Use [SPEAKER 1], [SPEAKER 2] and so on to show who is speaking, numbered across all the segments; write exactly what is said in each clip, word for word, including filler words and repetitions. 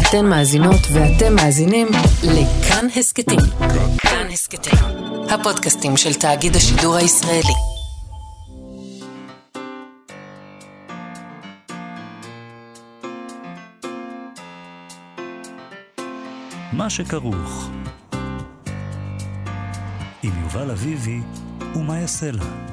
[SPEAKER 1] אתן מאזינות ואתם מאזינים לכאן הסקטים. כאן הסקטים, הפודקאסטים של תאגיד השידור הישראלי.
[SPEAKER 2] מה שכרוך עם יובל אביבי ומה יעשה לה.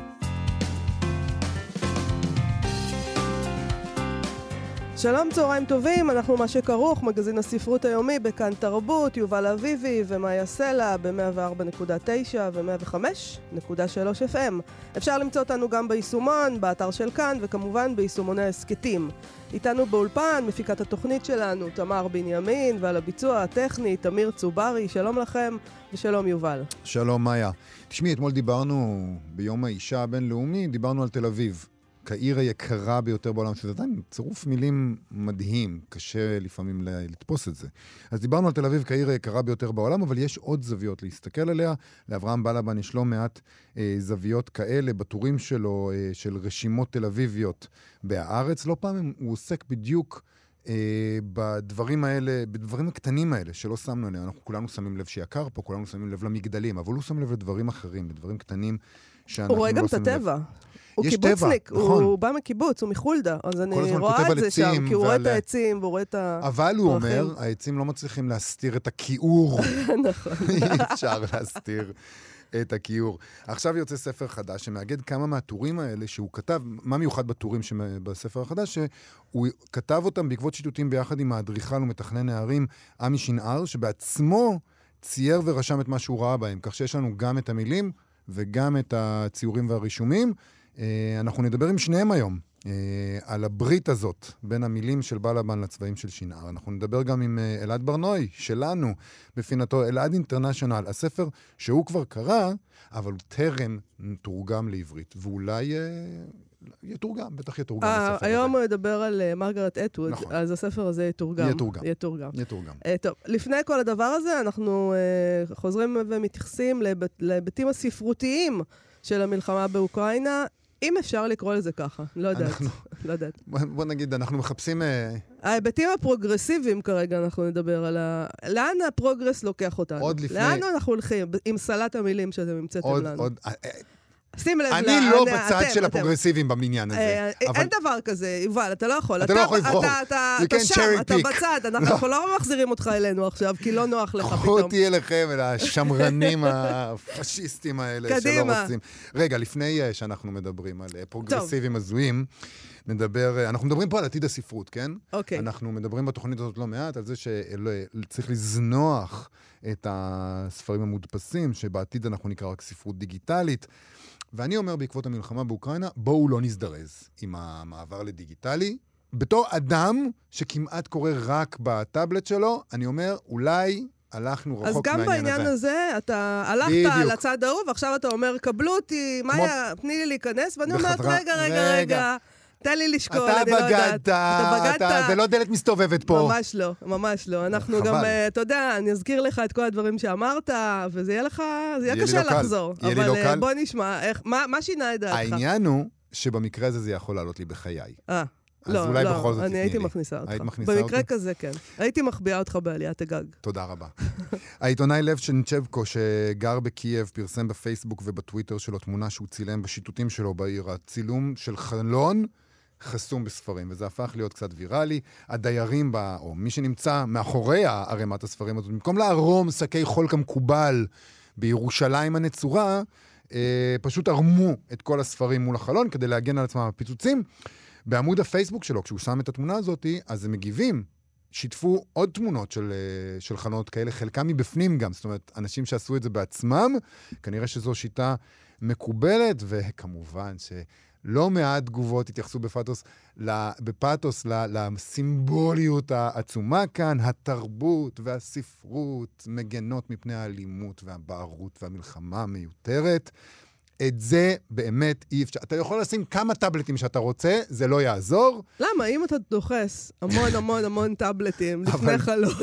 [SPEAKER 3] שלום, צהריים טובים, אנחנו מה שכרוך, מגזין הספרות היומי בכאן תרבות, יובל אביבי ומה יעשה לה ב-מאה וארבע נקודה תשע ו-מאה וחמש נקודה שלוש אף אם. אפשר למצוא אותנו גם ביישומון, באתר של כאן וכמובן ביישומוני הסקטים. איתנו באולפן, מפיקת התוכנית שלנו, תמר בנימין, ועל הביצוע הטכני, תמיר צוברי. שלום לכם ושלום יובל.
[SPEAKER 4] שלום מאיה. תשמעי, אתמול דיברנו ביום האישה הבינלאומי, דיברנו על תל אביב. כעיר היקרה ביותר בעולם, שזה עדיין צירוף מילים מדהים, קשה לפעמים לתפוס את זה. אז דיברנו על תל אביב כעיר היקרה ביותר בעולם, אבל יש עוד זוויות להסתכל עליה. לאברהם בלבן יש לא מעט אה, זוויות כאלה בטורים שלו, אה, של רשימות תל אביביות בהארץ. לא פעם הוא עוסק בדיוק אה, בדברים האלה, בדברים הקטנים האלה שלא שמנו עליהם. אנחנו כולנו שמים לב שיקר פה, כולנו שמים לב למגדלים, אבל הוא שם לב לדברים אחרים, לדברים קטנים שאנחנו לא
[SPEAKER 3] הוא רואה גם את הטבע. הוא קיבוצניק, הוא בא מקיבוץ, הוא מחולדה, אז אני רואה את זה שם, כי הוא רואה את העצים, והוא רואה את הפרחים.
[SPEAKER 4] אבל הוא אומר, העצים לא מצליחים להסתיר את הכיעור.
[SPEAKER 3] נכון.
[SPEAKER 4] אי אפשר להסתיר את הכיעור. עכשיו יוצא ספר חדש, שמאגד כמה מהטורים האלה שהוא כתב, מה מיוחד בטורים בספר החדש, שהוא כתב אותם בעקבות שיטוטים ביחד עם האדריכל ומתכנן הערים, עמי שנער, שבעצמו צייר ורשם את מה שהוא ראה בהם, כך שיש לנו גם את המילים, וגם את הציורים והרישומים. אנחנו נדבר עם שניהם היום על הברית הזאת בין המילים של בלבן לצבעים של שנער. אנחנו נדבר גם עם אלעד ברנוי שלנו בפינתו אלעד אינטרנשיונל, הספר שהוא כבר קרא אבל הוא טרם תורגם לעברית, ואולי יתורגם, בטח יתורגם בספר הזה.
[SPEAKER 3] היום הוא ידבר על מרגרט אטווד, אז הספר הזה יתורגם.
[SPEAKER 4] יתורגם.
[SPEAKER 3] יתורגם.
[SPEAKER 4] יתורגם.
[SPEAKER 3] טוב, לפני כל הדבר הזה אנחנו חוזרים ומתייחסים להיבטים הספרותיים של המלחמה באוקראינה, אם אפשר לקרוא לזה ככה, לא יודעת.
[SPEAKER 4] אנחנו,
[SPEAKER 3] לא יודעת.
[SPEAKER 4] בוא נגיד, אנחנו מחפשים...
[SPEAKER 3] ההיבטים הפרוגרסיביים כרגע אנחנו נדבר על ה... לאן הפרוגרס לוקח אותנו?
[SPEAKER 4] עוד לפני...
[SPEAKER 3] לאן אנחנו הולכים? עם סלט המילים שאתם המצאתם
[SPEAKER 4] עוד,
[SPEAKER 3] לנו.
[SPEAKER 4] עוד...
[SPEAKER 3] שים לב,
[SPEAKER 4] אני לא, לא בצד של הפרוגרסיביים במניין הזה.
[SPEAKER 3] אין דבר כזה, יובל, אתה לא יכול.
[SPEAKER 4] אתה לא יכול לבחור.
[SPEAKER 3] אתה שם, אתה בצד, אנחנו לא מחזירים אותך אלינו עכשיו, כי לא נוח לך פתאום.
[SPEAKER 4] קחו אותי אליכם, אל השמרנים הפשיסטים האלה שלא רוצים. רגע, לפני שאנחנו מדברים על פרוגרסיביים הזויים, נדבר, אנחנו מדברים פה על עתיד הספרות, כן?
[SPEAKER 3] אוקיי.
[SPEAKER 4] אנחנו מדברים בתוכנית הזאת לא מעט על זה שצריך לזנוח את הספרים המודפסים, שבעתיד אנחנו נקרא רק ספרות דיגיטלית. ואני אומר בעקבות המלחמה באוקראינה, בואו לא נזדרז עם המעבר לדיגיטלי. בתור אדם שכמעט קורא רק בטאבלט שלו, אני אומר, אולי הלכנו רחוק מהעניין הזה.
[SPEAKER 3] אז גם בעניין הזה, אתה הלכת לצד ההוא, ועכשיו אתה אומר, קבלו אותי, מאיה, תני לי להיכנס, ואני אומרת, רגע, רגע, רגע. תן לי לשקול, אני לא יודעת.
[SPEAKER 4] אתה בגדת, זה לא דלת מסתובבת פה.
[SPEAKER 3] ממש לא, ממש לא. אנחנו גם, אתה יודע, אני אזכיר לך את כל הדברים שאמרת, וזה יהיה לך, זה יהיה קשה לחזור.
[SPEAKER 4] יהיה לי לא קל.
[SPEAKER 3] אבל בוא נשמע, מה שינה את דעתך?
[SPEAKER 4] העניין הוא שבמקרה הזה זה יכול לעלות לי בחיי.
[SPEAKER 3] אה, לא, לא, אני הייתי מכניסה אותך. היית מכניסה אותי? במקרה כזה, כן. הייתי מחביאה אותך בעליית הגג.
[SPEAKER 4] תודה רבה. העיתונאי לב שנצ'בקו, שגר בקייב, פרסם בפייסבוק ובטוויטר שלו תמונה שהוא צילם בשיטוטים שלו בעיר. הצילום של חלון חסום בספרים, וזה הפך להיות קצת ויראלי. הדיירים בה, או מי שנמצא מאחורי הרמת הספרים הזאת, במקום לערום שקי חול כמקובל בירושלים הנצורה, אה, פשוט ערמו את כל הספרים מול החלון כדי להגן על עצמם הפיצוצים. בעמוד הפייסבוק שלו, כשהוא שם את התמונה הזאת, אז הם מגיבים, שיתפו עוד תמונות של, של חלונות כאלה, חלקם מבפנים גם, זאת אומרת, אנשים שעשו את זה בעצמם, כנראה שזו שיטה מקובלת, וכמובן ש... לא מעט תגובות התייחסו בפאטוס, בפאטוס לסימבוליות העצומה כאן, התרבות והספרות מגנות מפני האלימות והבערות והמלחמה המיותרת. את זה באמת אי אפשר. אתה יכול לשים כמה טאבלטים שאתה רוצה, זה לא יעזור.
[SPEAKER 3] למה? אם אתה דוחס המון המון המון טאבלטים לפני חלון,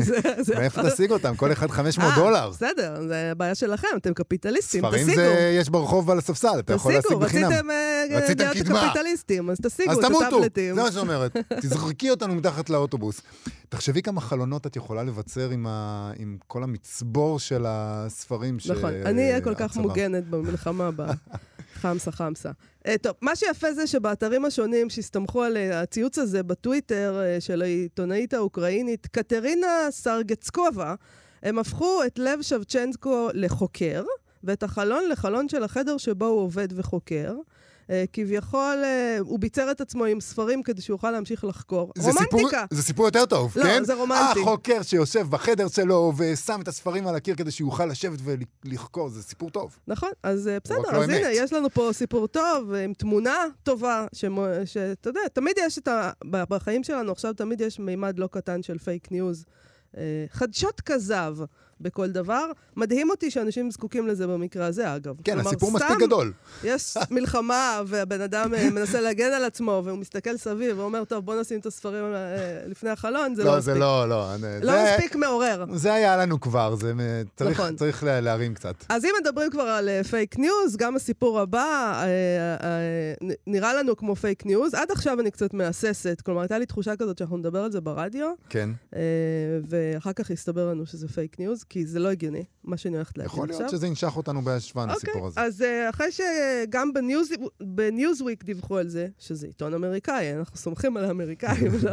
[SPEAKER 4] מאיפה תשיג אותם? כל אחד חמש מאות דולר.
[SPEAKER 3] בסדר, זה הבעיה שלכם, אתם קפיטליסטים, תשיגו.
[SPEAKER 4] ספרים זה יש ברחוב ועל הספסל, אתה יכול להשיג בחינם.
[SPEAKER 3] רציתם להיות קפיטליסטים, אז תשיגו את הטאבלטים.
[SPEAKER 4] זה מה שאומרת. תזרקי אותנו מתחת לאוטובוס. תחשבי כמה חלונות את יכולה לבצר עם, ה... עם כל המצבור של הספרים.
[SPEAKER 3] נכון, ש... אני אהיה כל כך מוגנת במלחמה הבאה. חמסה, חמסה. Uh, טוב, מה שיפה זה שבאתרים השונים שהסתמכו על uh, הציוץ הזה בטוויטר uh, של העיתונאית האוקראינית, קטרינה סרגצקובה, הם הפכו את לב שבצ'נסקו לחוקר, ואת החלון לחלון של החדר שבו הוא עובד וחוקר. Uh, כביכול, uh, הוא ביצר את עצמו עם ספרים כדי שהוא יוכל להמשיך לחקור.
[SPEAKER 4] זה
[SPEAKER 3] רומנטיקה.
[SPEAKER 4] סיפור, זה סיפור יותר טוב,
[SPEAKER 3] לא,
[SPEAKER 4] כן?
[SPEAKER 3] לא, זה רומנטי.
[SPEAKER 4] החוקר שיושב בחדר שלו ושם את הספרים על הקיר כדי שיוכל לשבת ולחקור, זה סיפור טוב.
[SPEAKER 3] נכון, אז uh, בסדר,
[SPEAKER 4] לא
[SPEAKER 3] אז הנה, יש לנו פה סיפור טוב, עם תמונה טובה, שאתה יודע, תמיד יש את ה... בחיים שלנו עכשיו תמיד יש מימד לא קטן של פייק ניוז. Uh, חדשות כזב בכל דבר. מדהים אותי שאנשים זקוקים לזה במקרה הזה, אגב.
[SPEAKER 4] כן,
[SPEAKER 3] כלומר,
[SPEAKER 4] הסיפור
[SPEAKER 3] סתם,
[SPEAKER 4] מספיק גדול.
[SPEAKER 3] יש מלחמה, והבן אדם מנסה להגן על עצמו, והוא מסתכל סביב, ואומר, טוב, בוא נשים את הספרים לפני החלון, זה לא, לא מספיק.
[SPEAKER 4] לא, לא, לא.
[SPEAKER 3] לא זה, מספיק מעורר.
[SPEAKER 4] זה היה לנו כבר, זה צריך,
[SPEAKER 3] נכון.
[SPEAKER 4] צריך להרים קצת.
[SPEAKER 3] אז אם מדברים כבר על פייק ניוז, גם הסיפור הבא נראה לנו כמו פייק ניוז. עד עכשיו אני קצת מאססת, כלומר, הייתה לי תחושה כזאת שאנחנו נדבר על זה ברדיו,
[SPEAKER 4] כן.
[SPEAKER 3] ואחר כך יסתבר לנו שזה פייק ניוז, כי זה לא הגיוני, מה שאני הולכת להגיד עכשיו.
[SPEAKER 4] יכול להיות שזה ינשך אותנו בהשוואה לסיפור הזה.
[SPEAKER 3] אז אחרי שגם בניוזוויק דיווחו על זה, שזה עיתון אמריקאי, אנחנו סומכים על האמריקאים, לא?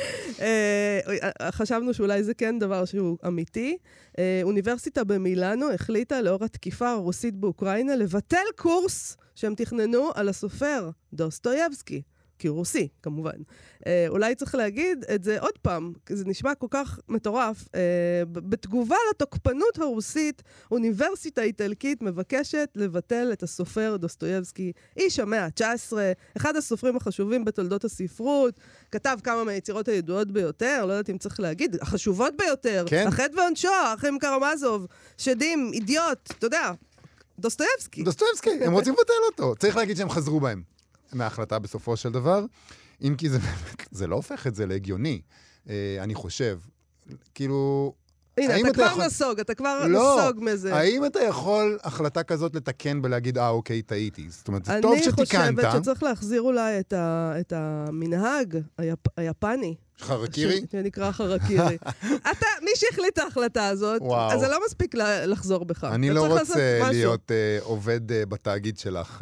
[SPEAKER 3] חשבנו שאולי זה כן דבר שהוא אמיתי. אוניברסיטה במילאנו החליטה לאור התקיפה הרוסית באוקראינה לבטל קורס שהם תכננו על הסופר דוסטויבסקי. כי הוא רוסי, כמובן. אה, אולי צריך להגיד את זה עוד פעם, כי זה נשמע כל כך מטורף. אה, בתגובה לתוקפנות הרוסית, אוניברסיטה איטלקית מבקשת לבטל את הסופר דוסטויבסקי, איש המאה ה-תשע עשרה, אחד הסופרים החשובים בתולדות הספרות, כתב כמה מהיצירות הידועות ביותר, לא יודעת אם צריך להגיד, החשובות ביותר,
[SPEAKER 4] כן.
[SPEAKER 3] החטא ועונשו, אחים קרמזוב, שדים, אידיוט, אתה יודע, דוסטויבסקי.
[SPEAKER 4] דוסטויבסקי, הם רוצים לבטל אותו. צריך להגיד שהם חזרו בהם. מההחלטה בסופו של דבר, אם כי זה באמת, זה לא הופך את זה להגיוני, אה, אני חושב. כאילו...
[SPEAKER 3] הנה, אתה כבר
[SPEAKER 4] יכול...
[SPEAKER 3] נסוג, אתה כבר
[SPEAKER 4] לא,
[SPEAKER 3] נסוג מזה.
[SPEAKER 4] האם אתה יכול החלטה כזאת לתקן ולהגיד, אה, אוקיי, טעיתי. זאת אומרת, זה טוב שתיקנת.
[SPEAKER 3] אני חושבת שצריך להחזיר אולי את, ה, את המנהג היפ, היפני.
[SPEAKER 4] חרקירי?
[SPEAKER 3] שנקרא חרקירי. אתה, מי שהחליט את ההחלטה הזאת, וואו. אז זה לא מספיק לחזור בך.
[SPEAKER 4] אני לא רוצה להיות uh, עובד uh, בתאגיד שלך.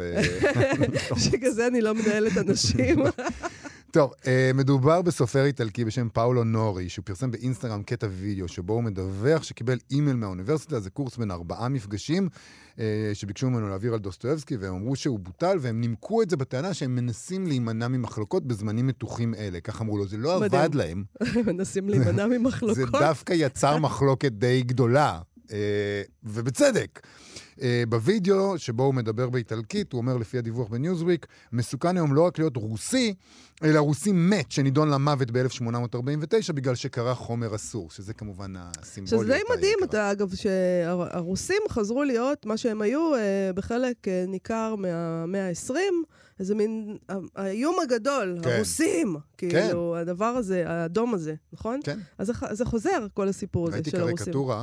[SPEAKER 3] שכזה אני לא מנהלת אנשים.
[SPEAKER 4] טוב, uh, מדובר בסופר איטלקי בשם פאולו נורי, שהוא פרסם באינסטגרם קטע וידאו, שבו הוא מדווח שקיבל אימייל מהאוניברסיטה, זה קורס בין ארבעה מפגשים, uh, שביקשו ממנו להעביר על דוסטויבסקי, והם אמרו שהוא בוטל, והם נימקו את זה בטענה שהם מנסים להימנע ממחלוקות בזמנים מתוחים אלה. כך אמרו לו, זה לא עבד להם.
[SPEAKER 3] מנסים להימנע ממחלוקות.
[SPEAKER 4] זה דווקא יצר מחלוקת די גדולה, uh, ובצדק. Uh, בווידאו שבו הוא מדבר באיטלקית, הוא אומר לפי הדיווח בניוזוויק, מסוכן היום לא רק להיות רוסי, אלא רוסי מת שנידון למוות ב-אלף שמונה מאות ארבעים ותשע בגלל שקרא חומר אסור, שזה כמובן הסימבוליות.
[SPEAKER 3] שזה די מדהים, אתה, אגב, שהרוסים חזרו להיות מה שהם היו uh, בחלק uh, ניכר מהמאה ה-עשרים, איזה מין האיום הגדול, כן. הרוסים, כאילו, כן. הדבר הזה, האדום הזה, נכון? כן. אז זה, זה חוזר, כל הסיפור הזה של הרוסים.
[SPEAKER 4] ראיתי קריקטורה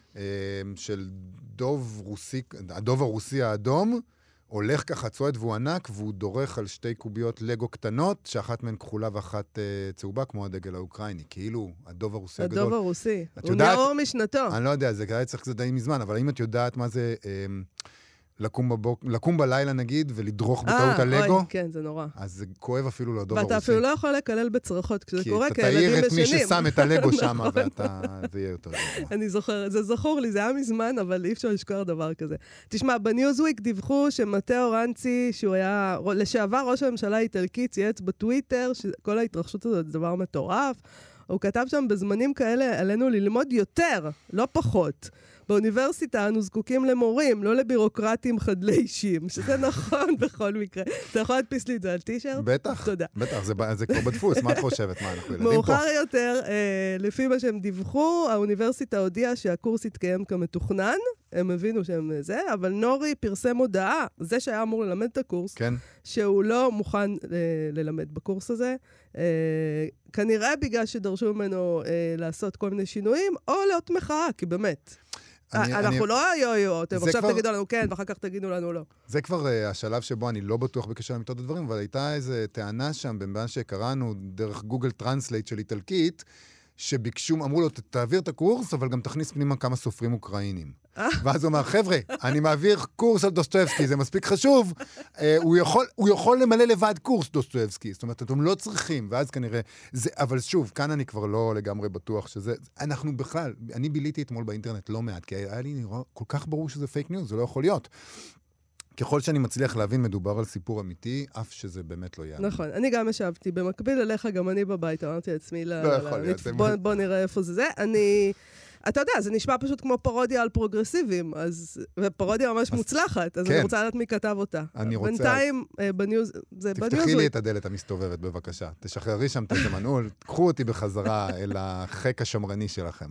[SPEAKER 4] של דוב רוסי, הדוב הרוסי האדום, הולך ככה צועד והוא ענק, והוא דורך על שתי קוביות לגו קטנות, שאחת מהן כחולה ואחת uh, צהובה, כמו הדגל האוקראיני. כאילו, הדוב הרוסי הגדול.
[SPEAKER 3] הדוב הרוסי. הוא
[SPEAKER 4] יודעת,
[SPEAKER 3] נאור משנתו.
[SPEAKER 4] אני לא יודע, זה כדאי צריך זה די מזמן, אבל אם את יודעת מה זה... Um, לקום, בבוק, לקום בלילה נגיד, ולדרוך בטעות הלגו.
[SPEAKER 3] אוי, כן, זה נורא.
[SPEAKER 4] אז זה כואב אפילו לדוב הרוסי.
[SPEAKER 3] ואתה אפילו לא יכול לקלל בצרחות, כשזה קורה, כי
[SPEAKER 4] הילדים
[SPEAKER 3] משנים.
[SPEAKER 4] כי אתה תעיר את מי ששם את הלגו שם, ואתה... זה יהיה יותר גרוע.
[SPEAKER 3] אני זוכרת, זה זכור לי, זה היה מזמן, אבל אי אפשר לשכוח דבר כזה. תשמע, בניוזוויק דיווחו שמטאו רנצי, שהוא היה לשעבר ראש הממשלה האיטלקי, צייץ בטוויטר, שכל ההתרחשות הזאת זה דבר מטורף. הוא כתב שם, בזמנים כאלה עלינו ללמוד יותר, לא פחות. באוניברסיטה אנו זקוקים למורים, לא לבירוקרטים חדלי אישים, שזה נכון בכל מקרה. אתה יכול להדפיס לי את זה על טישרט?
[SPEAKER 4] בטח,
[SPEAKER 3] תודה.
[SPEAKER 4] בטח, זה, זה כבר בדפוס, מה את חושבת? מה, אנחנו ילדים פה?
[SPEAKER 3] מאוחר יותר, אה, לפי מה שהם דיווחו, האוניברסיטה הודיעה שהקורס יתקיים כמתוכנן, הם הבינו שהם זה, אבל נורי פרסם הודעה, זה שהיה אמור ללמד את הקורס, כן. שהוא לא מוכן אה, ללמד בקורס הזה, אה, כנראה בגלל שדרשו ממנו אה, לעשות כל מיני שינויים, או להיות מחאה, כי באמת. אני, אנחנו אני... לא היו-יו, אתם עכשיו כבר... תגידו לנו כן, ואחר כך תגידו לנו לא.
[SPEAKER 4] זה כבר uh, השלב שבו אני לא בטוח בקשר למיטות הדברים, אבל הייתה איזו טענה שם, במה שקראנו דרך גוגל טרנסלייט של איטלקית, שביקשו, אמרו לו, תעביר את הקורס, אבל גם תכניס פנימה כמה סופרים אוקראינים. ואז הוא אמר, חבר'ה, אני מעביר קורס על דוסטויבסקי, זה מספיק חשוב, הוא יכול, הוא יכול למלא לבד קורס דוסטויבסקי, זאת אומרת, אתם לא צריכים, ואז כנראה, זה, אבל שוב, כאן אני כבר לא לגמרי בטוח שזה, אנחנו בכלל, אני ביליתי אתמול באינטרנט לא מעט, כי היה לי נראה כל כך ברור שזה פייק ניוז, זה לא יכול להיות. ככל שאני מצליח להבין, מדובר על סיפור אמיתי, אף שזה באמת לא יעמד.
[SPEAKER 3] נכון, אני גם ישבתי, במקביל אליך, גם אני בבית, אמרתי לעצמי,
[SPEAKER 4] לא יכול להיות.
[SPEAKER 3] בוא נראה איפה זה זה. אני, אתה יודע, זה נשמע פשוט כמו פרודיה על פרוגרסיבים, ופרודיה ממש מוצלחת, אז אני רוצה לדעת מי כתב אותה.
[SPEAKER 4] אני רוצה...
[SPEAKER 3] בינתיים, בניוז...
[SPEAKER 4] תפתחי לי את הדלת המסתובבת, בבקשה. תשחררי שם את המנעול, קחו אותי בחזרה אל החק השמרני שלכם.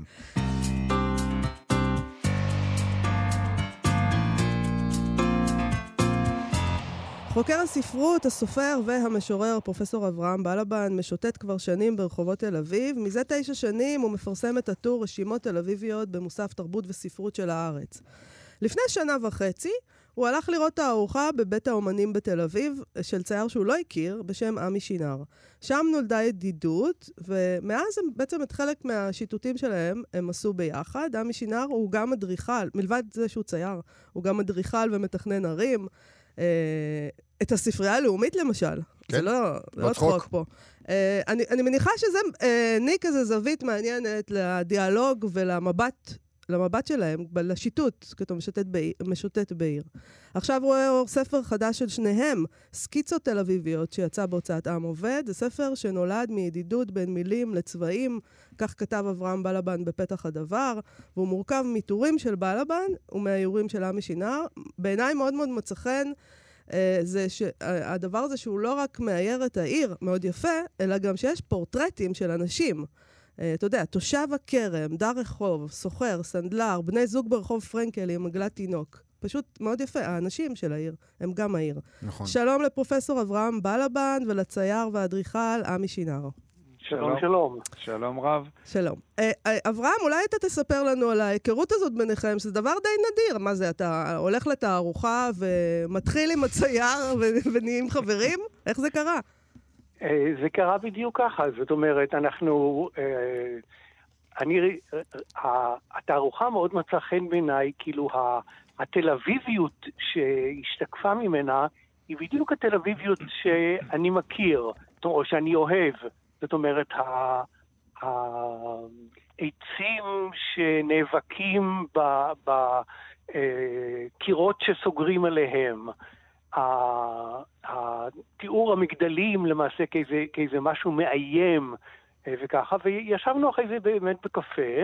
[SPEAKER 3] חוקר הספרות, הסופר והמשורר פרופסור אברהם בלבן משוטט כבר שנים ברחובות תל אביב. מזה תשע שנים הוא מפרסם את הטור רשימות תל אביביות במוסף תרבות וספרות של הארץ. לפני שנה וחצי הוא הלך לראות את הארוחה בבית האומנים בתל אביב של צייר שהוא לא הכיר בשם עמי שינר. שם נולדה ידידות, ומאז הם בעצם את חלק מהשיטוטים שלהם הם עשו ביחד. עמי שינר הוא גם אדריכל, מלבד זה שהוא צייר, הוא גם אדריכל ומתכנן ערים. את הספרייה הלאומית למשל.
[SPEAKER 4] כן,
[SPEAKER 3] זה לא, לא צחוק פה. אני, אני מניחה שזה ניק איזה זווית מעניינת לדיאלוג ולמבט למבט שלהם, לשיטוט, כתוב משוטט בעיר, משוטט בעיר. עכשיו רואה ספר חדש של שניהם, סקיצות תל אביביות, שיצא בהוצאת עם עובד. זה ספר שנולד מידידות בין מילים לצבעים, כך כתב אברהם בלבן בפתח הדבר, והוא מורכב מטורים של בלבן ומהאיורים של עמי שינר. בעיניי מאוד מאוד מצא חן, זה שהדבר הזה שהוא לא רק מאייר את העיר, מאוד יפה, אלא גם שיש פורטרטים של אנשים. אתה יודע, תושב הכרם, דר רחוב, סוחר, סנדלר, בני זוג ברחוב פרנקל עם עגלת תינוק. פשוט מאוד יפה, האנשים של העיר, הם גם העיר.
[SPEAKER 4] נכון.
[SPEAKER 3] שלום לפרופסור אברהם בלבן ולצייר והאדריכל עמי שינר.
[SPEAKER 5] שלום, שלום. שלום רב.
[SPEAKER 3] שלום. אברהם, אולי אתה תספר לנו על ההיכרות הזאת ביניכם, שזה דבר די נדיר. מה זה, אתה הולך לתערוכה ומתחיל עם הצייר ונהיים חברים? איך זה קרה?
[SPEAKER 5] זה קרה בדיוק ככה, זאת אומרת, אנחנו, אני, התערוכה מאוד מצא חן בעיניי, כאילו התל אביביות שהשתקפה ממנה, היא בדיוק התל אביביות שאני מכיר, או שאני אוהב, זאת אומרת, העצים שנאבקים בקירות שסוגרים עליהם, התיאור המגדלים למעשה כאיזה, כאיזה משהו מאיים וככה, וישבנו אחרי זה באמת בקפה,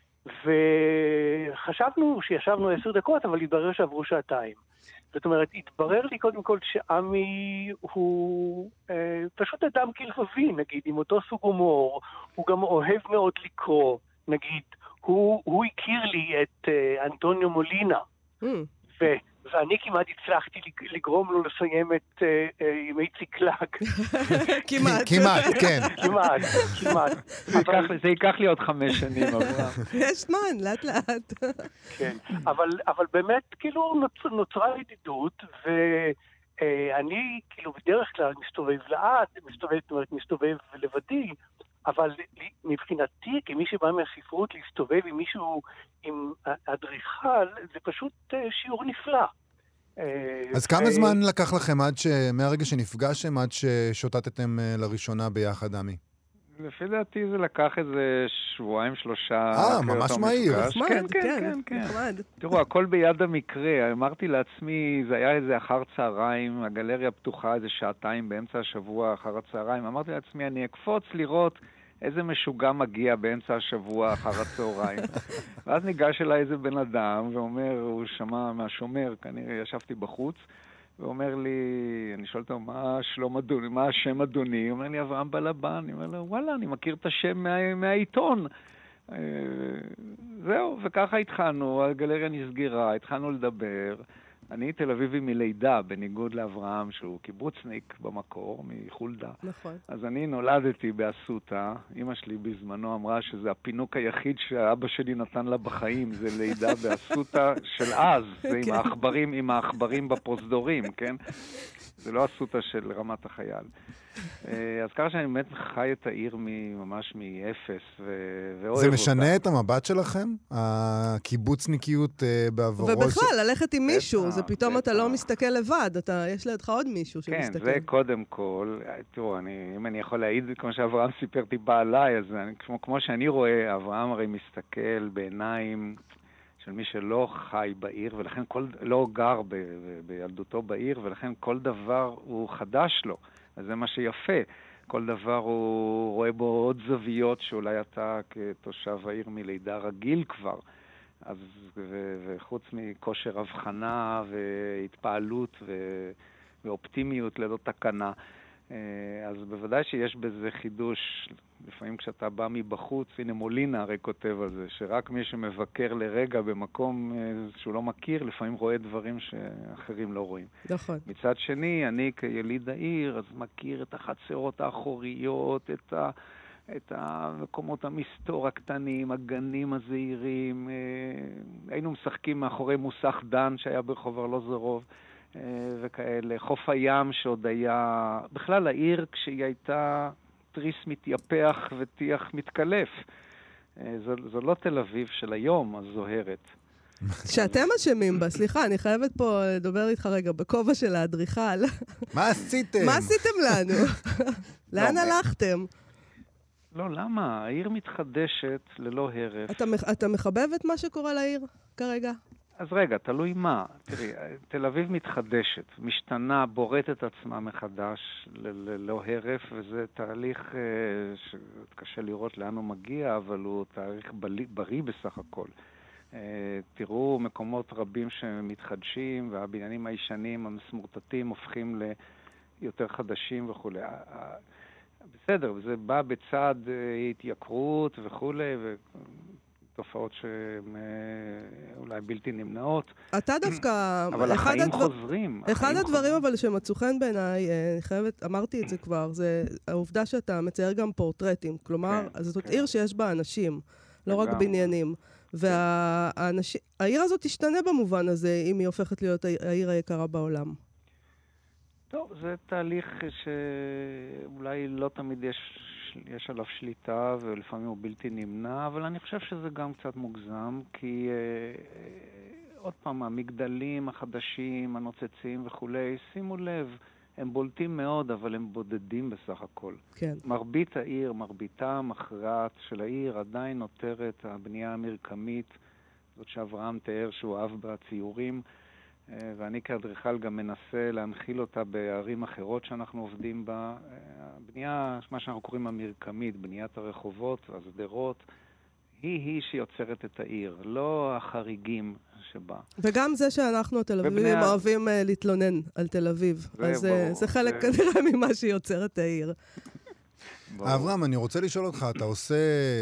[SPEAKER 5] וחשבנו שישבנו עשר דקות, אבל התברר שעברו שעתיים. זאת אומרת, התברר לי קודם כל שעמי הוא אה, פשוט אדם כלבבי, נגיד, עם אותו סוג הומור, הוא גם אוהב מאוד לקרוא, נגיד, הוא, הוא הכיר לי את אה, אנטוניו מולינה, mm. ו... ואני כמעט הצלחתי לגרום לו לסיים את ימי ציקלק.
[SPEAKER 3] כמעט.
[SPEAKER 4] כמעט, כן.
[SPEAKER 5] כמעט, כמעט.
[SPEAKER 6] זה ייקח לי עוד חמש שנים.
[SPEAKER 3] יש זמן, לאט לאט.
[SPEAKER 5] כן, אבל באמת כאילו נוצרה ידידות, ואני כאילו בדרך כלל מסתובב לאט, מסתובב לבדי, אבל מבחינתי, כמי שבא מהספרות, להסתובב עם מישהו, עם אדריכל, זה פשוט שיעור נפלא.
[SPEAKER 4] אז כמה זמן לקח לכם עד ש... מהרגע שנפגשתם עד ששוטטתם לראשונה ביחד, עמי?
[SPEAKER 6] לפי דעתי זה לקח איזה שבועיים, שלושה...
[SPEAKER 4] אה, ממש מהיר.
[SPEAKER 6] כן, כן, כן. תראו, הכל ביד המקרה. אמרתי לעצמי, זה היה איזה אחר צהריים, הגלריה פתוחה איזה שעתיים באמצע השבוע אחר הצהריים. אמרתי לעצמי, אני אקפוץ לראות איזה משוגע מגיע באמצע השבוע אחר הצהריים. ואז ניגש אליי איזה בן אדם ואומר, הוא שמע מהשומר, כנראה ישבתי בחוץ, ואומר לי, אני שואל אותו, מה שלום אדוני, מה השם אדוני? הוא אומר לי, אברהם בלבן. אני אומר לו, וואלה, אני מכיר את השם מה, מהעיתון. זהו, וככה התחלנו, הגלריה נסגרה, התחלנו לדבר. אני תל אביבי מלידה, בניגוד לאברהם, שהוא קיבוצניק במקור, מחולדה.
[SPEAKER 3] נכון. אז
[SPEAKER 6] אני נולדתי באסותא. אמא שלי בזמנו אמרה שזה הפינוק היחיד שהאבא שלי נתן לה בחיים, זה לידה באסותא של אז, זה עם האחברים, עם האחברים בפרוזדורים, כן? זה לא אסותא של רמת החייל. אז ככה שאני באמת חי את העיר ממש מאפס, ואוהב אותה.
[SPEAKER 4] זה משנה את המבט שלכם? הקיבוצניקיות בעבורו?
[SPEAKER 3] ובכלל, ללכת עם מישהו, זה פתאום אתה לא מסתכל לבד, יש לידך עוד מישהו שמסתכל.
[SPEAKER 6] כן, זה קודם כל, תראו, אם אני יכול להעיד, כמו שאברהם סיפר טיפה עליי, אז כמו שאני רואה, אברהם הרי מסתכל בעיניים של מי שלא חי בעיר, ולכן כל, לא גר ב, ב, בילדותו בעיר, ולכן כל דבר הוא חדש לו. אז זה מה שיפה. כל דבר הוא רואה בו עוד זוויות שאולי אתה כתושב העיר מלידה רגיל כבר. אז, ו, וחוץ מכושר הבחנה והתפעלות ו, ואופטימיות ללא תקנה. אז בוודאי שיש בזה חידוש. לפעמים כשאתה בא מבחוץ, הנה מולינה הרי כותב על זה, שרק מי שמבקר לרגע במקום שהוא לא מכיר, לפעמים רואה דברים שאחרים לא רואים.
[SPEAKER 3] נכון.
[SPEAKER 6] מצד שני, אני כיליד העיר, אז מכיר את החצרות האחוריות, את ה... את המקומות המסתור הקטנים, הגנים הזעירים, היינו משחקים מאחורי מוסך דן שהיה ברחוב ארלוזורוב, וכאלה, חוף הים שעוד היה, בכלל העיר כשהיא הייתה תריס מתייפח וטיח מתקלף. זו, זו לא תל אביב של היום, הזוהרת.
[SPEAKER 3] שאתם אשמים בה, סליחה, אני חייבת פה לדבר איתך רגע, בכובע של האדריכל.
[SPEAKER 4] מה עשיתם?
[SPEAKER 3] מה עשיתם לנו? לאן הלכתם?
[SPEAKER 6] לא, למה? העיר מתחדשת ללא הרף.
[SPEAKER 3] אתה, אתה מחבב את מה שקורה לעיר כרגע?
[SPEAKER 6] אז רגע, תלוי מה. תראי, תל אביב מתחדשת, משתנה, בוראת את עצמה מחדש ללא הרף, וזה תהליך שקשה לראות לאן הוא מגיע, אבל הוא תהליך בריא בסך הכל. תראו מקומות רבים שמתחדשים, והבניינים הישנים, המסמורטטים, הופכים ליותר חדשים וכו'. בסדר, וזה בא בצד התייקרות וכו', ותופעות שהן אולי בלתי נמנעות.
[SPEAKER 3] אתה דווקא...
[SPEAKER 6] אבל החיים חוזרים.
[SPEAKER 3] אחד הדברים אבל שמצאו חן בעיניי, אני חייבת, אמרתי את זה כבר, זה העובדה שאתה מצייר גם פורטרטים. כלומר, זאת עיר שיש בה אנשים, לא רק בניינים. והעיר הזאת תשתנה במובן הזה, אם היא הופכת להיות העיר היקרה בעולם.
[SPEAKER 6] טוב, זה תהליך שאולי לא תמיד יש, יש עליו שליטה, ולפעמים הוא בלתי נמנע, אבל אני חושב שזה גם קצת מוגזם, כי אה, עוד פעם, המגדלים החדשים, הנוצצים וכולי, שימו לב, הם בולטים מאוד, אבל הם בודדים בסך הכל.
[SPEAKER 3] כן.
[SPEAKER 6] מרבית העיר, מרביתה המכרעת של העיר, עדיין נותרת הבנייה המרקמית, זאת שאברהם תיאר שהוא אהב בציורים, ואני כאדריכל גם מנסה להנחיל אותה בערים אחרות שאנחנו עובדים בה. הבנייה, מה שאנחנו קוראים המרקמית, בניית הרחובות והסדרות, היא-היא שיוצרת את העיר, לא החריגים שבה.
[SPEAKER 3] וגם זה שאנחנו התל אביבים אוהבים להתלונן על תל אביב. אז זה חלק כנראה ממה שיוצר את העיר.
[SPEAKER 4] אברהם, אני רוצה לשאול אותך, אתה עושה,